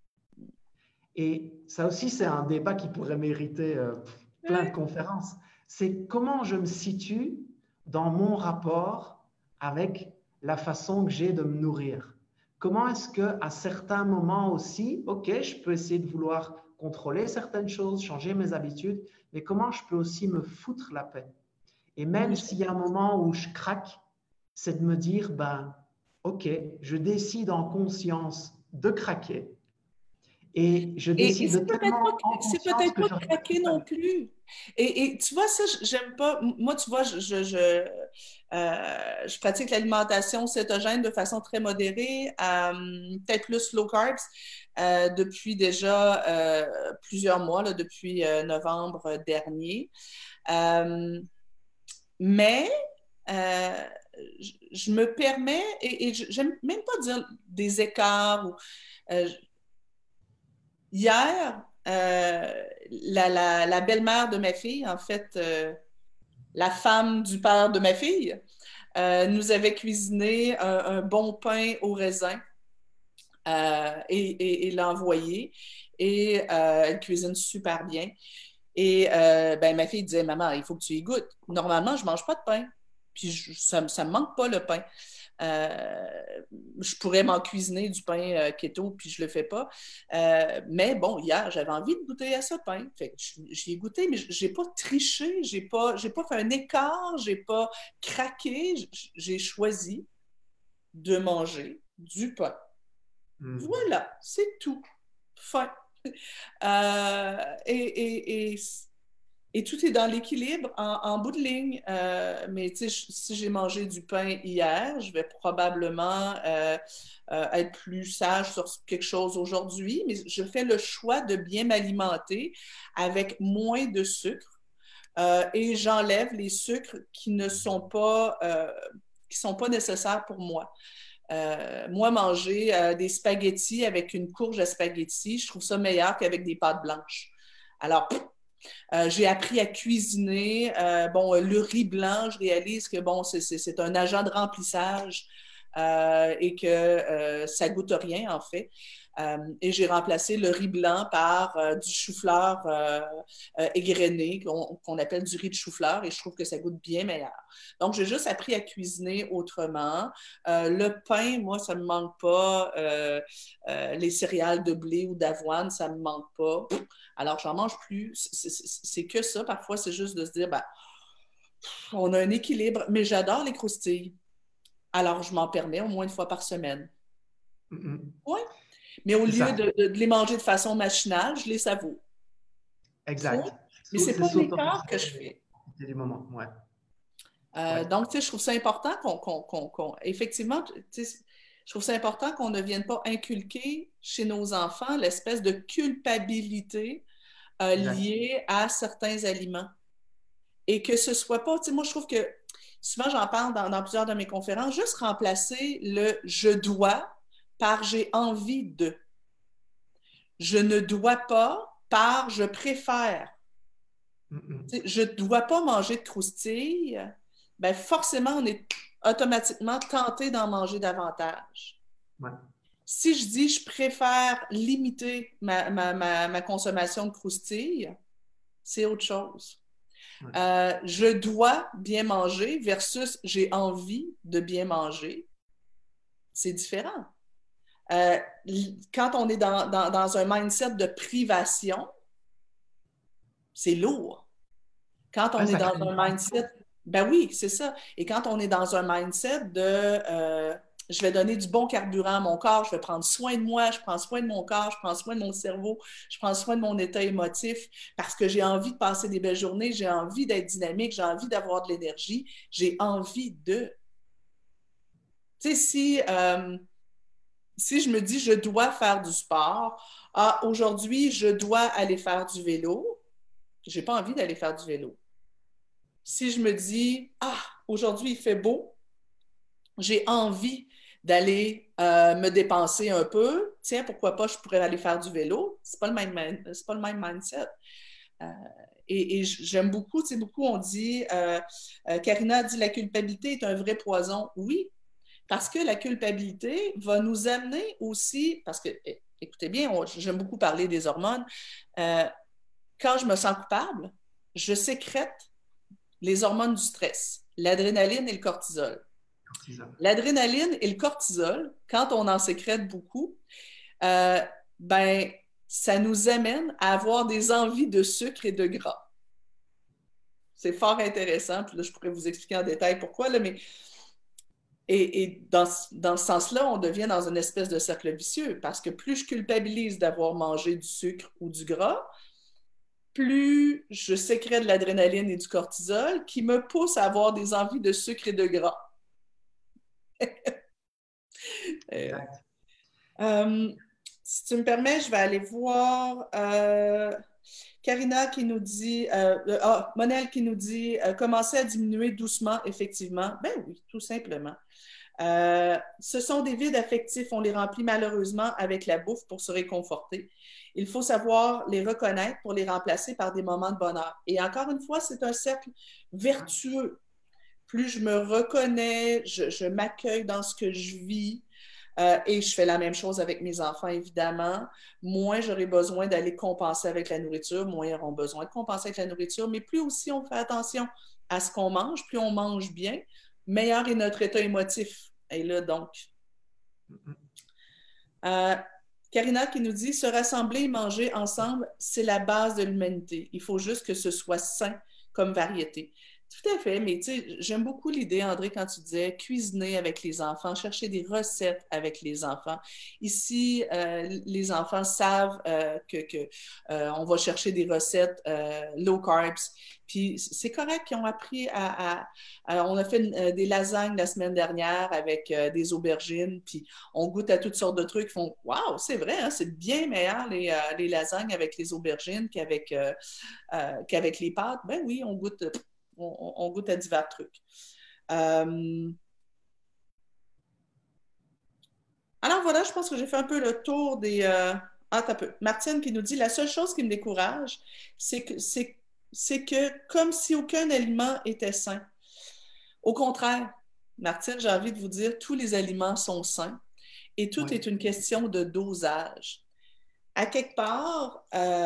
Et ça aussi, c'est un débat qui pourrait mériter plein de conférences. C'est comment je me situe dans mon rapport avec la façon que j'ai de me nourrir. Comment est-ce qu'à certains moments aussi, ok, je peux essayer de vouloir contrôler certaines choses, changer mes habitudes, mais comment je peux aussi me foutre la paix. Et même s'il y a un moment où je craque, c'est de me dire, ben, ok, je décide en conscience de craquer. Et je décide de tellement en conscience que je pas craquer non plus. Et tu vois, ça, j'aime pas. Moi, tu vois, je pratique l'alimentation cétogène de façon très modérée, peut-être plus low carbs, depuis déjà plusieurs mois, là, depuis novembre dernier. Mais je me permets, et j'aime même pas dire des écarts. Hier, la belle-mère de ma fille, en fait, la femme du père de ma fille, nous avait cuisiné un bon pain au raisin et l'a envoyé. Et elle cuisine super bien. Et ben, ma fille disait, maman, il faut que tu y goûtes. Normalement, je ne mange pas de pain. Puis ça ne me manque pas le pain. Euh, je pourrais m'en cuisiner du pain keto, puis je ne le fais pas. Mais bon, hier, j'avais envie de goûter à ce pain. Fait que j'y ai goûté, mais je n'ai pas triché, j'ai pas fait un écart, je n'ai pas craqué. J'ai choisi de manger du pain. Voilà, c'est tout. Fin. Euh, et, et, et tout est dans l'équilibre en bout de ligne. Mais si j'ai mangé du pain hier, je vais probablement être plus sage sur quelque chose aujourd'hui. Mais je fais le choix de bien m'alimenter avec moins de sucre et j'enlève les sucres qui sont pas nécessaires pour moi. Moi, manger des spaghettis avec une courge à spaghettis, je trouve ça meilleur qu'avec des pâtes blanches. Alors, j'ai appris à cuisiner. Bon, le riz blanc, je réalise que bon, c'est un agent de remplissage et que ça goûte rien, en fait. Et j'ai remplacé le riz blanc par du chou-fleur égrené, qu'on appelle du riz de chou-fleur, et je trouve que ça goûte bien meilleur. Donc, j'ai juste appris à cuisiner autrement. Le pain, moi, ça ne me manque pas. Les céréales de blé ou d'avoine, ça ne me manque pas. Alors, j'en mange plus. C'est que ça. Parfois, c'est juste de se dire, ben, on a un équilibre, mais j'adore les croustilles. Alors, je m'en permets au moins une fois par semaine. Oui. Mais au C'est lieu ça, de les manger de façon machinale, je les savoure. Oui. exact. Mais c'est C'est pas un écart s'autoriser que je fais. du moment. Ouais, ouais, Donc, tu sais, je trouve ça important effectivement, tu sais, je trouve ça important qu'on ne vienne pas inculquer chez nos enfants l'espèce de culpabilité exact. liée à certains aliments. Et que ce soit pas, tu sais, moi, je trouve que souvent, j'en parle dans plusieurs de mes conférences, juste remplacer le je dois par j'ai envie de. Je ne dois pas par je préfère. Tu sais, je ne dois pas manger de croustilles. Ben forcément, on est automatiquement tenté d'en manger davantage. Ouais. Si je dis je préfère limiter ma consommation de croustilles, c'est autre chose. Ouais. Je dois bien manger versus j'ai envie de bien manger, c'est différent. Euh, Quand on est dans un mindset de privation, c'est lourd. Quand Ouais, on est ça dans crée une un mindset, ben oui, c'est ça. Et quand on est dans un mindset de je vais donner du bon carburant à mon corps, je vais prendre soin de moi, je prends soin de mon corps, je prends soin de mon cerveau, je prends soin de mon état émotif parce que j'ai envie de passer des belles journées, j'ai envie d'être dynamique, j'ai envie d'avoir de l'énergie, j'ai envie de. Tu sais, si je me dis je dois faire du sport, ah, aujourd'hui, je dois aller faire du vélo, j'ai pas envie d'aller faire du vélo. Si je me dis, ah, aujourd'hui il fait beau, j'ai envie d'aller me dépenser un peu, tiens, pourquoi pas, je pourrais aller faire du vélo. C'est pas le même, c'est pas le même mindset. Euh, et j'aime beaucoup, tu sais, beaucoup on dit, Karina a dit la culpabilité est un vrai poison. Oui, parce que la culpabilité va nous amener aussi, parce que, écoutez bien, j'aime beaucoup parler des hormones. Euh, Quand je me sens coupable, je sécrète les hormones du stress, l'adrénaline et le cortisol. cortisol. L'adrénaline et le cortisol, quand on en sécrète beaucoup, euh, ben, ça nous amène à avoir des envies de sucre et de gras. C'est fort intéressant, puis là, je pourrais vous expliquer en détail pourquoi, là, mais dans ce sens-là, on devient dans une espèce de cercle vicieux, parce que plus je culpabilise d'avoir mangé du sucre ou du gras, plus je sécrète de l'adrénaline et du cortisol qui me poussent à avoir des envies de sucre et de gras. Euh, Exact. Si tu me permets, je vais aller voir Karina qui nous dit, Monel qui nous dit, commencer à diminuer doucement, effectivement. Ben oui, tout simplement. Ce sont des vides affectifs, on les remplit malheureusement avec la bouffe pour se réconforter. Il faut savoir les reconnaître pour les remplacer par des moments de bonheur. Et encore une fois, c'est un cercle vertueux. Plus je me reconnais, je m'accueille dans ce que je vis, et je fais la même chose avec mes enfants, évidemment. Moins j'aurai besoin d'aller compenser avec la nourriture, moins ils auront besoin de compenser avec la nourriture, mais plus aussi on fait attention à ce qu'on mange, plus on mange bien, meilleur est notre état émotif. Et là, donc, euh, Karina qui nous dit se rassembler et manger ensemble, c'est la base de l'humanité. Il faut juste que ce soit sain comme variété. Tout à fait, mais tu sais, j'aime beaucoup l'idée, André, quand tu disais cuisiner avec les enfants, chercher des recettes avec les enfants. Ici, les enfants savent on va chercher des recettes low carbs. Puis c'est correct qu'ils ont appris on a fait des lasagnes la semaine dernière avec des aubergines, puis on goûte à toutes sortes de trucs. Ils font waouh, c'est vrai, hein, c'est bien meilleur les lasagnes avec les aubergines qu'avec les pâtes. Ben oui, on goûte à divers trucs. Euh, alors voilà, je pense que j'ai fait un peu le tour des. Ah, t'as peu. Martine qui nous dit, la seule chose qui me décourage, c'est que comme si aucun aliment était sain. Au contraire, Martine, j'ai envie de vous dire, tous les aliments sont sains et tout Oui, est une question de dosage. À quelque part,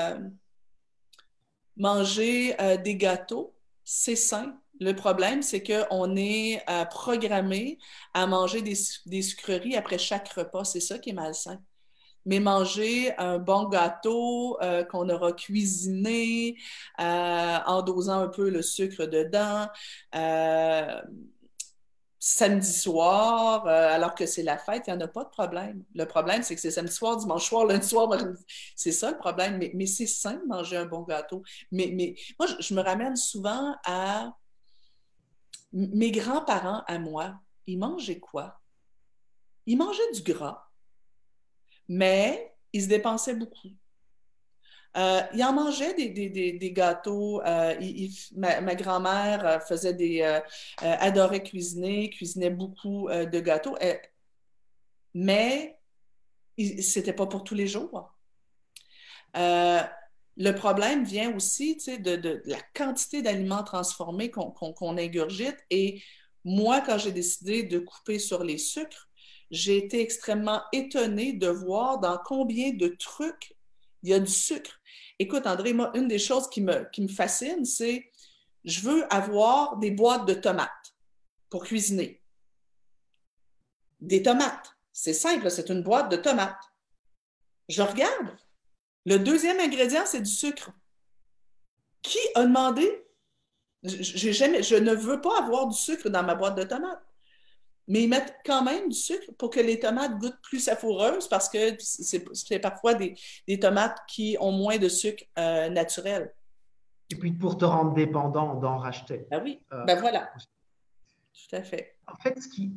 manger des gâteaux, c'est sain. Le problème, c'est qu'on est programmé à manger des sucreries après chaque repas. C'est ça qui est malsain. Mais manger un bon gâteau qu'on aura cuisiné en dosant un peu le sucre dedans, euh, samedi soir, alors que c'est la fête, il n'y en a pas de problème. Le problème, c'est que c'est samedi soir, dimanche soir, lundi soir, mardi. C'est ça le problème. Mais c'est sain de manger un bon gâteau. Mais moi, je me ramène souvent à mes grands-parents à moi. Ils mangeaient quoi? Ils mangeaient du gras, mais ils se dépensaient beaucoup. Il en mangeait des gâteaux. Ma grand-mère faisait adorait cuisiner, cuisinait beaucoup de gâteaux, mais c'était pas pour tous les jours. Euh, le problème vient aussi, tu sais, de la quantité d'aliments transformés qu'on ingurgite. Et moi, quand j'ai décidé de couper sur les sucres, j'ai été extrêmement étonnée de voir dans combien de trucs il y a du sucre. Écoute, André, moi, une des choses qui me fascine, c'est je veux avoir des boîtes de tomates pour cuisiner. Des tomates. C'est simple, c'est une boîte de tomates. Je regarde. Le deuxième ingrédient, c'est du sucre. Qui a demandé? Je ne veux pas avoir du sucre dans ma boîte de tomates. Mais ils mettent quand même du sucre pour que les tomates goûtent plus savoureuses parce que c'est parfois des tomates qui ont moins de sucre naturel. et puis pour te rendre dépendant d'en racheter. Ben oui, ben voilà, Aussi. tout à fait. En fait,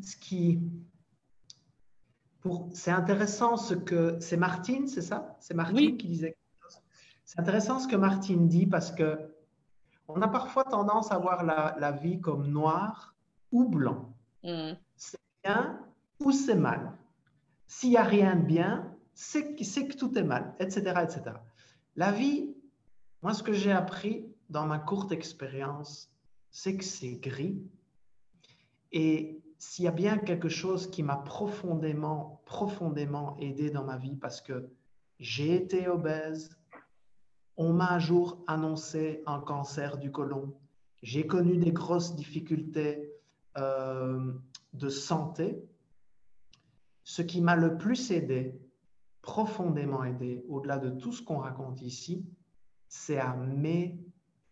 c'est intéressant ce que c'est Martine, c'est ça? C'est Martine Oui. qui disait quelque chose. C'est intéressant ce que Martine dit parce que on a parfois tendance à voir la vie comme noir ou blanc. Mm. C'est bien ou c'est mal. S'il n'y a rien de bien, c'est que tout est mal, etc., etc. La vie, moi, ce que j'ai appris dans ma courte expérience, c'est que c'est gris. Et s'il y a bien quelque chose qui m'a profondément, profondément aidé dans ma vie, parce que j'ai été obèse, on m'a un jour annoncé un cancer du côlon, j'ai connu des grosses difficultés euh, de santé. Ce qui m'a le plus aidé, profondément aidé, au-delà de tout ce qu'on raconte ici, c'est à m'écouter.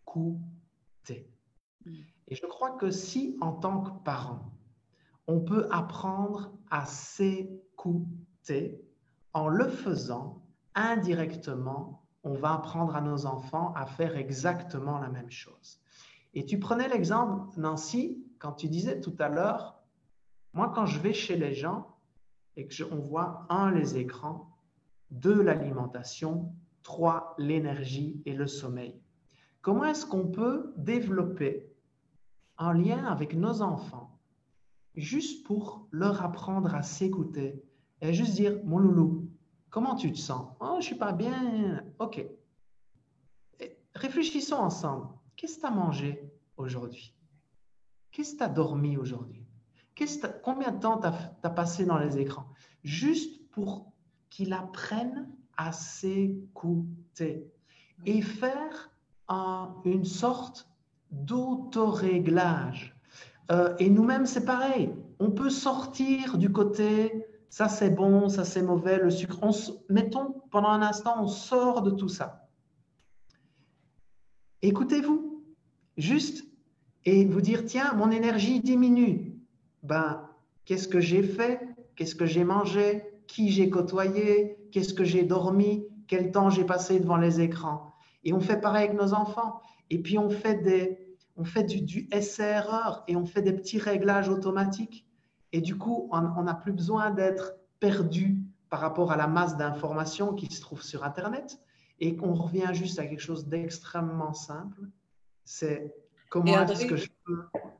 Mm. Et je crois que si, en tant que parent, on peut apprendre à s'écouter, en le faisant, indirectement, on va apprendre à nos enfants à faire exactement la même chose. Et tu prenais l'exemple, Nancy, quand tu disais tout à l'heure, moi, quand je vais chez les gens et qu'on voit, un, les écrans, deux, l'alimentation, trois, l'énergie et le sommeil. Comment est-ce qu'on peut développer un lien avec nos enfants juste pour leur apprendre à s'écouter et juste dire, mon loulou, comment tu te sens? Oh, je ne suis pas bien. OK. Et réfléchissons ensemble. Qu'est-ce que tu as mangé aujourd'hui? Qu'est-ce que tu as dormi aujourd'hui? Combien de temps tu as passé dans les écrans? Juste pour qu'ils apprennent à s'écouter et faire une sorte d'autoréglage. Et nous-mêmes, c'est pareil. On peut sortir du côté, ça c'est bon, ça c'est mauvais, le sucre. Mettons, pendant un instant, on sort de tout ça. Écoutez-vous, juste, et vous dire, tiens, mon énergie diminue. Ben, qu'est-ce que j'ai fait? Qu'est-ce que j'ai mangé? Qui j'ai côtoyé? Qu'est-ce que j'ai dormi? Quel temps j'ai passé devant les écrans? Et on fait pareil avec nos enfants. Et puis on fait du essai-erreur et on fait des petits réglages automatiques. Et du coup, on n'a plus besoin d'être perdu par rapport à la masse d'informations qui se trouve sur Internet et qu'on revient juste à quelque chose d'extrêmement simple. C'est Et comment est-ce que André, je peux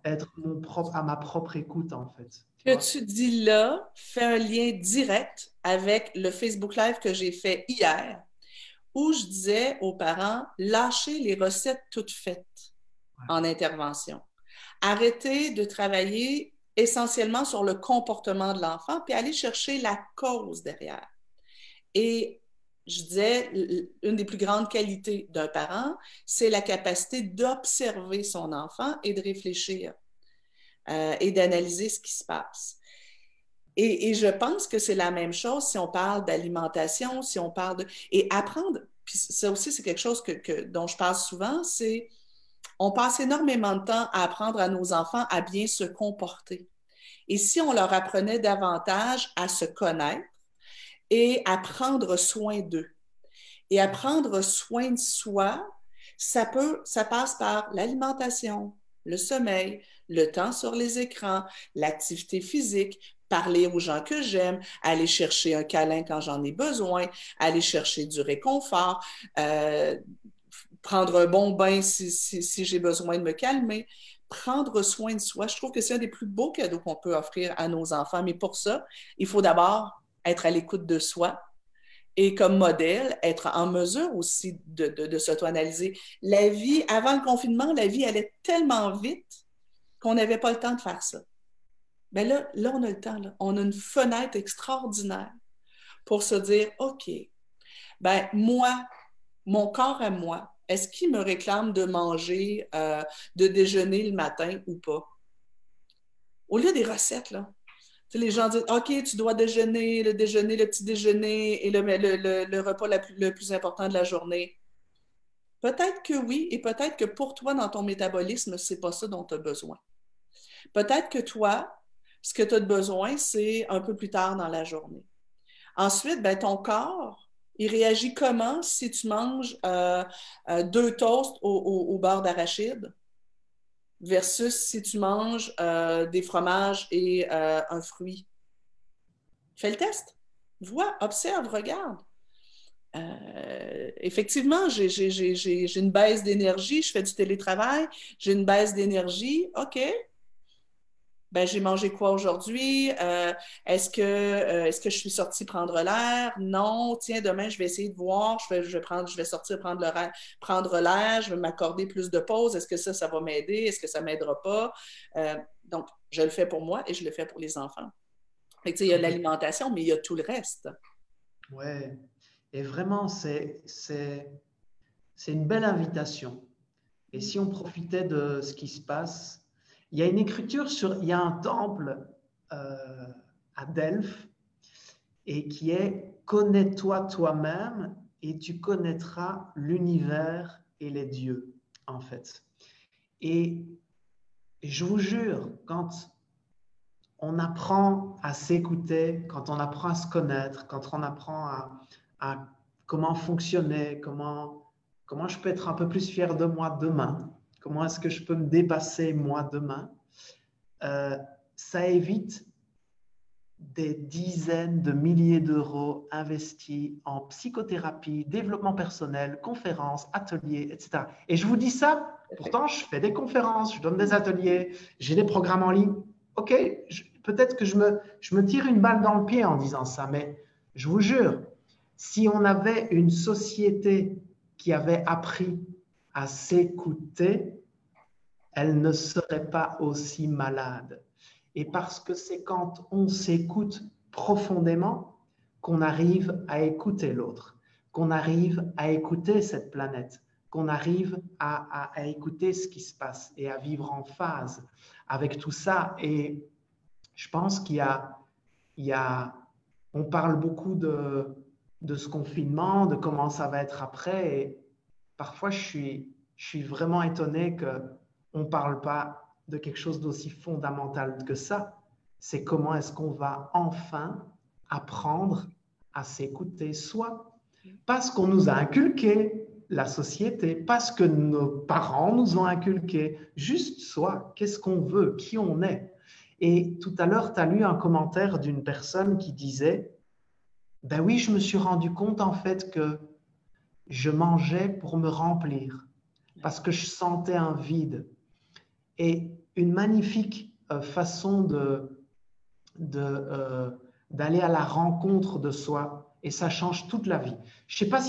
être à ma propre écoute, en fait. Tu Que vois? tu dis là fait un lien direct avec le Facebook Live que j'ai fait hier, où je disais aux parents, lâchez les recettes toutes faites Ouais. en intervention. Arrêtez de travailler essentiellement sur le comportement de l'enfant, puis aller chercher la cause derrière. Et je disais, une des plus grandes qualités d'un parent, c'est la capacité d'observer son enfant et de réfléchir et d'analyser ce qui se passe. Et je pense que c'est la même chose si on parle d'alimentation, si on parle de... Et apprendre, puis ça aussi c'est quelque chose dont je parle souvent, c'est on passe énormément de temps à apprendre à nos enfants à bien se comporter. Et si on leur apprenait davantage à se connaître et à prendre soin d'eux, et à prendre soin de soi, ça passe par l'alimentation, le sommeil, le temps sur les écrans, l'activité physique, parler aux gens que j'aime, aller chercher un câlin quand j'en ai besoin, aller chercher du réconfort, prendre un bon bain si j'ai besoin de me calmer. Prendre soin de soi, je trouve que c'est un des plus beaux cadeaux qu'on peut offrir à nos enfants. Mais pour ça, il faut d'abord être à l'écoute de soi, et comme modèle, être en mesure aussi de s'auto-analyser. La vie, avant le confinement, la vie allait tellement vite qu'on n'avait pas le temps de faire ça. Mais là, on a le temps. Là. On a une fenêtre extraordinaire pour se dire, OK, ben moi, mon corps à moi, est-ce qu'il me réclame de manger, de déjeuner le matin ou pas? Au lieu des recettes, là. Tu sais, les gens disent, OK, tu dois déjeuner, le petit déjeuner et le repas le plus important de la journée. Peut-être que oui, et peut-être que pour toi, dans ton métabolisme, c'est pas ça dont tu as besoin. Peut-être que toi, ce que tu as besoin, c'est un peu plus tard dans la journée. Ensuite, ben, ton corps, il réagit comment si tu manges 2 toasts au beurre d'arachide versus si tu manges des fromages et un fruit? Fais le test. Vois, observe, regarde. Effectivement, j'ai une baisse d'énergie, je fais du télétravail, j'ai une baisse d'énergie. OK. Ben, j'ai mangé quoi aujourd'hui? Est-ce que je suis sortie prendre l'air? Non. Tiens, demain, je vais essayer de voir. Je vais sortir prendre l'air. Je vais m'accorder plus de pauses. Est-ce que ça va m'aider? Est-ce que ça ne m'aidera pas? Donc, je le fais pour moi et je le fais pour les enfants. Fait que, il y a l'alimentation, mais il y a tout le reste. Ouais. Et vraiment, c'est une belle invitation. Et si on profitait de ce qui se passe, il y a une écriture il y a un temple à Delphes et qui est connais-toi toi-même et tu connaîtras l'univers et les dieux, en fait. Et je vous jure, quand on apprend à s'écouter, quand on apprend à se connaître, quand on apprend à comment fonctionner, comment je peux être un peu plus fier de moi demain, comment est-ce que je peux me dépasser moi demain, ça évite des dizaines de milliers d'euros investis en psychothérapie, développement personnel, conférences, ateliers, etc. Et je vous dis ça, pourtant je fais des conférences, je donne des ateliers, j'ai des programmes en ligne. Ok, peut-être que je me tire une balle dans le pied en disant ça, mais je vous jure, si on avait une société qui avait appris à s'écouter, elle ne serait pas aussi malade. Et parce que c'est quand on s'écoute profondément qu'on arrive à écouter l'autre, qu'on arrive à écouter cette planète, qu'on arrive à écouter ce qui se passe et à vivre en phase avec tout ça. Et je pense on parle beaucoup de ce confinement, de comment ça va être après. Et parfois, je suis vraiment étonné qu'on ne parle pas de quelque chose d'aussi fondamental que ça. C'est comment est-ce qu'on va enfin apprendre à s'écouter soi. Parce qu'on nous a inculqué la société, parce que nos parents nous ont inculqué juste soi, qu'est-ce qu'on veut, qui on est. Et tout à l'heure, tu as lu un commentaire d'une personne qui disait, ben oui, je me suis rendu compte en fait que je mangeais pour me remplir, parce que je sentais un vide. est une magnifique façon d'aller à la rencontre de soi et ça change toute la vie. Je ne sais pas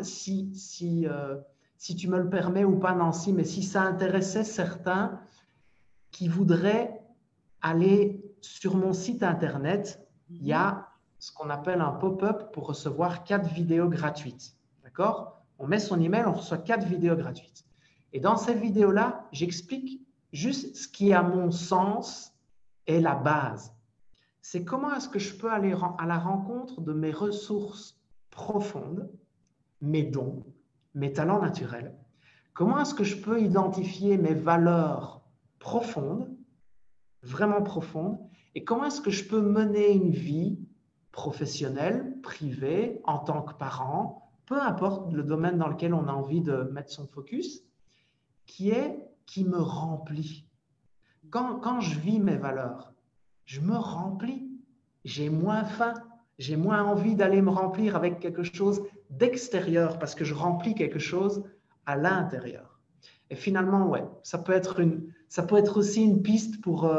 si tu me le permets ou pas, Nancy, mais si ça intéressait certains qui voudraient aller sur mon site internet, il y a ce qu'on appelle un pop-up pour recevoir 4 vidéos gratuites. D'accord? On met son email, on reçoit 4 vidéos gratuites. Et dans ces vidéos-là, j'explique juste ce qui, à mon sens, est la base. C'est comment est-ce que je peux aller à la rencontre de mes ressources profondes, mes dons, mes talents naturels. Comment est-ce que je peux identifier mes valeurs profondes, vraiment profondes, et comment est-ce que je peux mener une vie professionnelle, privée, en tant que parent, peu importe le domaine dans lequel on a envie de mettre son focus, qui me remplit. Quand je vis mes valeurs, je me remplis. J'ai moins faim, j'ai moins envie d'aller me remplir avec quelque chose d'extérieur parce que je remplis quelque chose à l'intérieur. Et finalement, ouais, ça peut être aussi une piste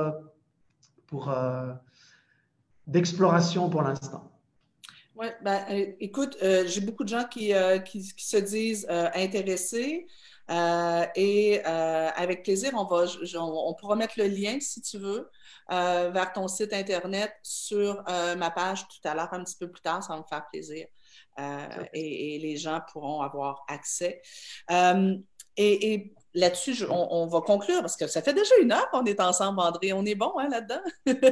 d'exploration pour l'instant. Oui, ben, écoute, j'ai beaucoup de gens qui se disent intéressés et avec plaisir, on pourra mettre le lien, si tu veux, vers ton site Internet sur ma page tout à l'heure, un petit peu plus tard, ça va me faire plaisir. Et les gens pourront avoir accès. Et là-dessus, on va conclure parce que ça fait déjà 1 heure qu'on est ensemble, André. On est bon hein, là-dedans?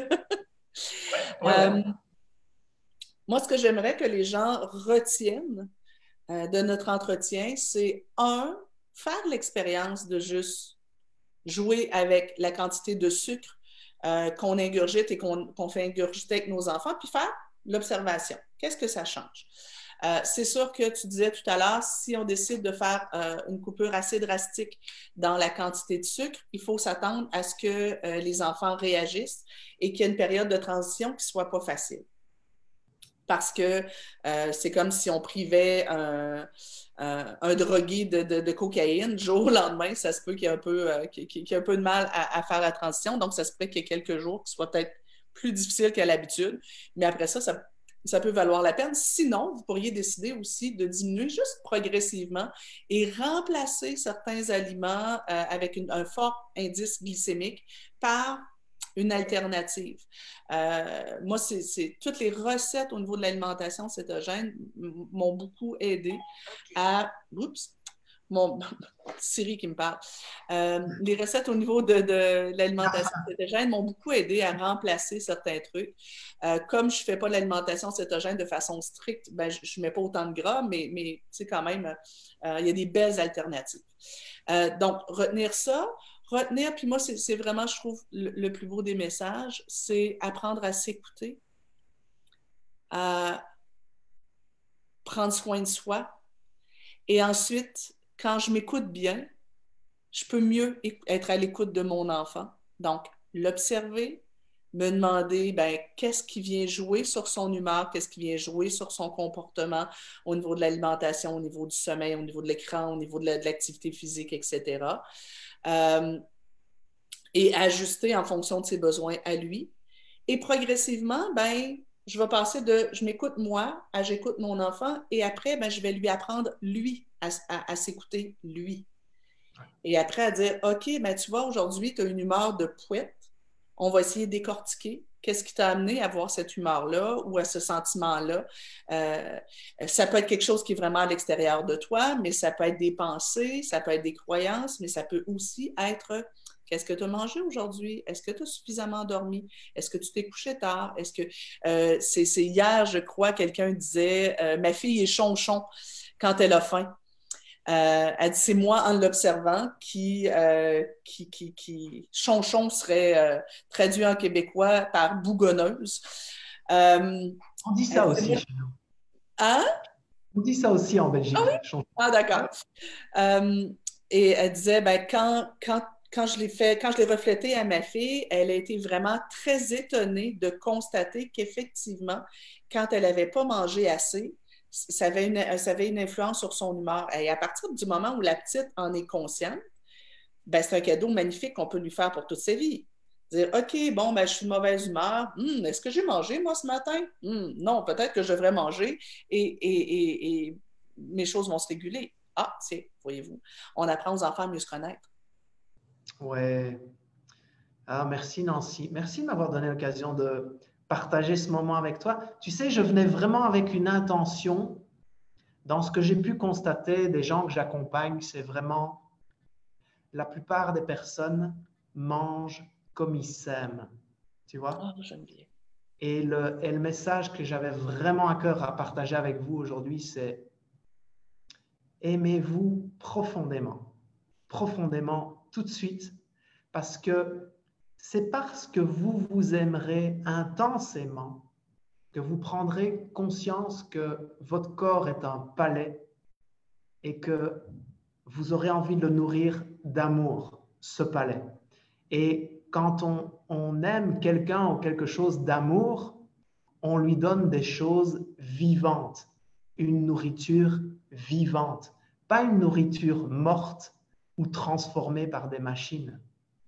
Ouais. Moi, ce que j'aimerais que les gens retiennent de notre entretien, c'est faire l'expérience de juste jouer avec la quantité de sucre qu'on ingurgite et qu'on fait ingurgiter avec nos enfants, puis faire l'observation. Qu'est-ce que ça change? C'est sûr que tu disais tout à l'heure, si on décide de faire une coupure assez drastique dans la quantité de sucre, il faut s'attendre à ce que les enfants réagissent et qu'il y ait une période de transition qui ne soit pas facile. Parce que c'est comme si on privait un drogué de cocaïne. Du jour au lendemain, ça se peut qu'il y ait un peu, un peu de mal à faire la transition. Donc, ça se peut qu'il y ait quelques jours qui soient peut-être plus difficiles qu'à l'habitude. Mais après ça peut valoir la peine. Sinon, vous pourriez décider aussi de diminuer juste progressivement et remplacer certains aliments avec un fort indice glycémique par une alternative. Moi, toutes les recettes au niveau de l'alimentation cétogène m'ont beaucoup aidé à... Oups! Siri qui me parle. Les recettes au niveau de l'alimentation cétogène m'ont beaucoup aidé à remplacer certains trucs. Comme je ne fais pas l'alimentation cétogène de façon stricte, ben, je ne mets pas autant de gras, mais tu sais, quand même, il y a des belles alternatives. Donc, retenir ça. Retenir, puis moi, c'est vraiment, je trouve, le plus beau des messages, c'est apprendre à s'écouter, à prendre soin de soi. Et ensuite, quand je m'écoute bien, je peux mieux être à l'écoute de mon enfant. Donc, l'observer, me demander ben, qu'est-ce qui vient jouer sur son humeur, qu'est-ce qui vient jouer sur son comportement au niveau de l'alimentation, au niveau du sommeil, au niveau de l'écran, au niveau de l'activité physique, etc. Et ajuster en fonction de ses besoins à lui. Et progressivement, ben, je vais passer de je m'écoute moi à j'écoute mon enfant et après, ben, je vais lui apprendre lui à s'écouter lui. Et après à dire OK, ben, tu vois, aujourd'hui, tu as une humeur de pouette. On va essayer de décortiquer. Qu'est-ce qui t'a amené à avoir cette humeur-là ou à ce sentiment-là? Ça peut être quelque chose qui est vraiment à l'extérieur de toi, mais ça peut être des pensées, ça peut être des croyances, mais ça peut aussi être qu'est-ce que tu as mangé aujourd'hui? Est-ce que tu as suffisamment dormi? Est-ce que tu t'es couché tard? Est-ce que c'est hier, je crois, quelqu'un disait ma fille est chonchon quand elle a faim. Elle dit c'est moi en l'observant qui chonchon serait traduit en québécois par bougonneuse. On dit ça aussi chez nous. Hein? On dit ça aussi en Belgique. Ah oui? Ah d'accord. Et elle disait ben quand je l'ai reflété à ma fille, elle a été vraiment très étonnée de constater qu'effectivement, quand elle n'avait pas mangé assez, ça avait une influence sur son humeur. Et à partir du moment où la petite en est consciente, ben, c'est un cadeau magnifique qu'on peut lui faire pour toute sa vie. Dire, OK, bon, ben, je suis de mauvaise humeur. Est-ce que j'ai mangé, moi, ce matin? Non, peut-être que je devrais manger et mes choses vont se réguler. Ah, c'est, voyez-vous, on apprend aux enfants à mieux se connaître. Ouais. Ah, merci Nancy. Merci de m'avoir donné l'occasion de partager ce moment avec toi. Tu sais, je venais vraiment avec une intention. Dans ce que j'ai pu constater des gens que j'accompagne, c'est vraiment la plupart des personnes mangent comme ils s'aiment. Tu Ah, vois? j'aime bien. Et le message que j'avais vraiment à cœur à partager avec vous aujourd'hui, c'est aimez-vous profondément, profondément, tout de suite, parce que c'est parce que vous vous aimerez intensément que vous prendrez conscience que votre corps est un palais et que vous aurez envie de le nourrir d'amour, ce palais. Et quand on aime quelqu'un ou quelque chose d'amour, on lui donne des choses vivantes, une nourriture vivante, pas une nourriture morte ou transformée par des machines.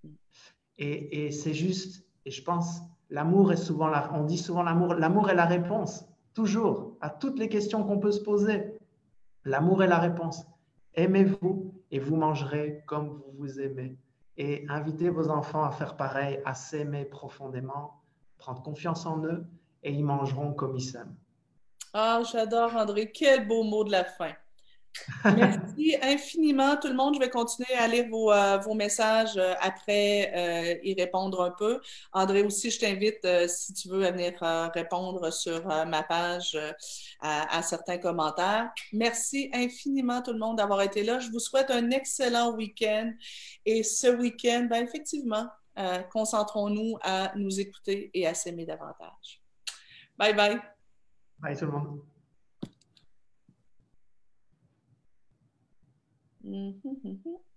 Et c'est juste, et je pense, l'amour est souvent, on dit souvent l'amour est la réponse, toujours, à toutes les questions qu'on peut se poser. L'amour est la réponse. Aimez-vous et vous mangerez comme vous vous aimez. Et invitez vos enfants à faire pareil, à s'aimer profondément, prendre confiance en eux et ils mangeront comme ils s'aiment. Ah, j'adore, André. Quel beau mot de la fin. Merci infiniment, tout le monde. Je vais continuer à lire vos messages après y répondre un peu. André aussi, je t'invite, si tu veux, à venir répondre sur ma page à certains commentaires. Merci infiniment, tout le monde, d'avoir été là. Je vous souhaite un excellent week-end. Et ce week-end, ben, effectivement, concentrons-nous à nous écouter et à s'aimer davantage. Bye bye. Bye tout le monde. Mhm, mhm.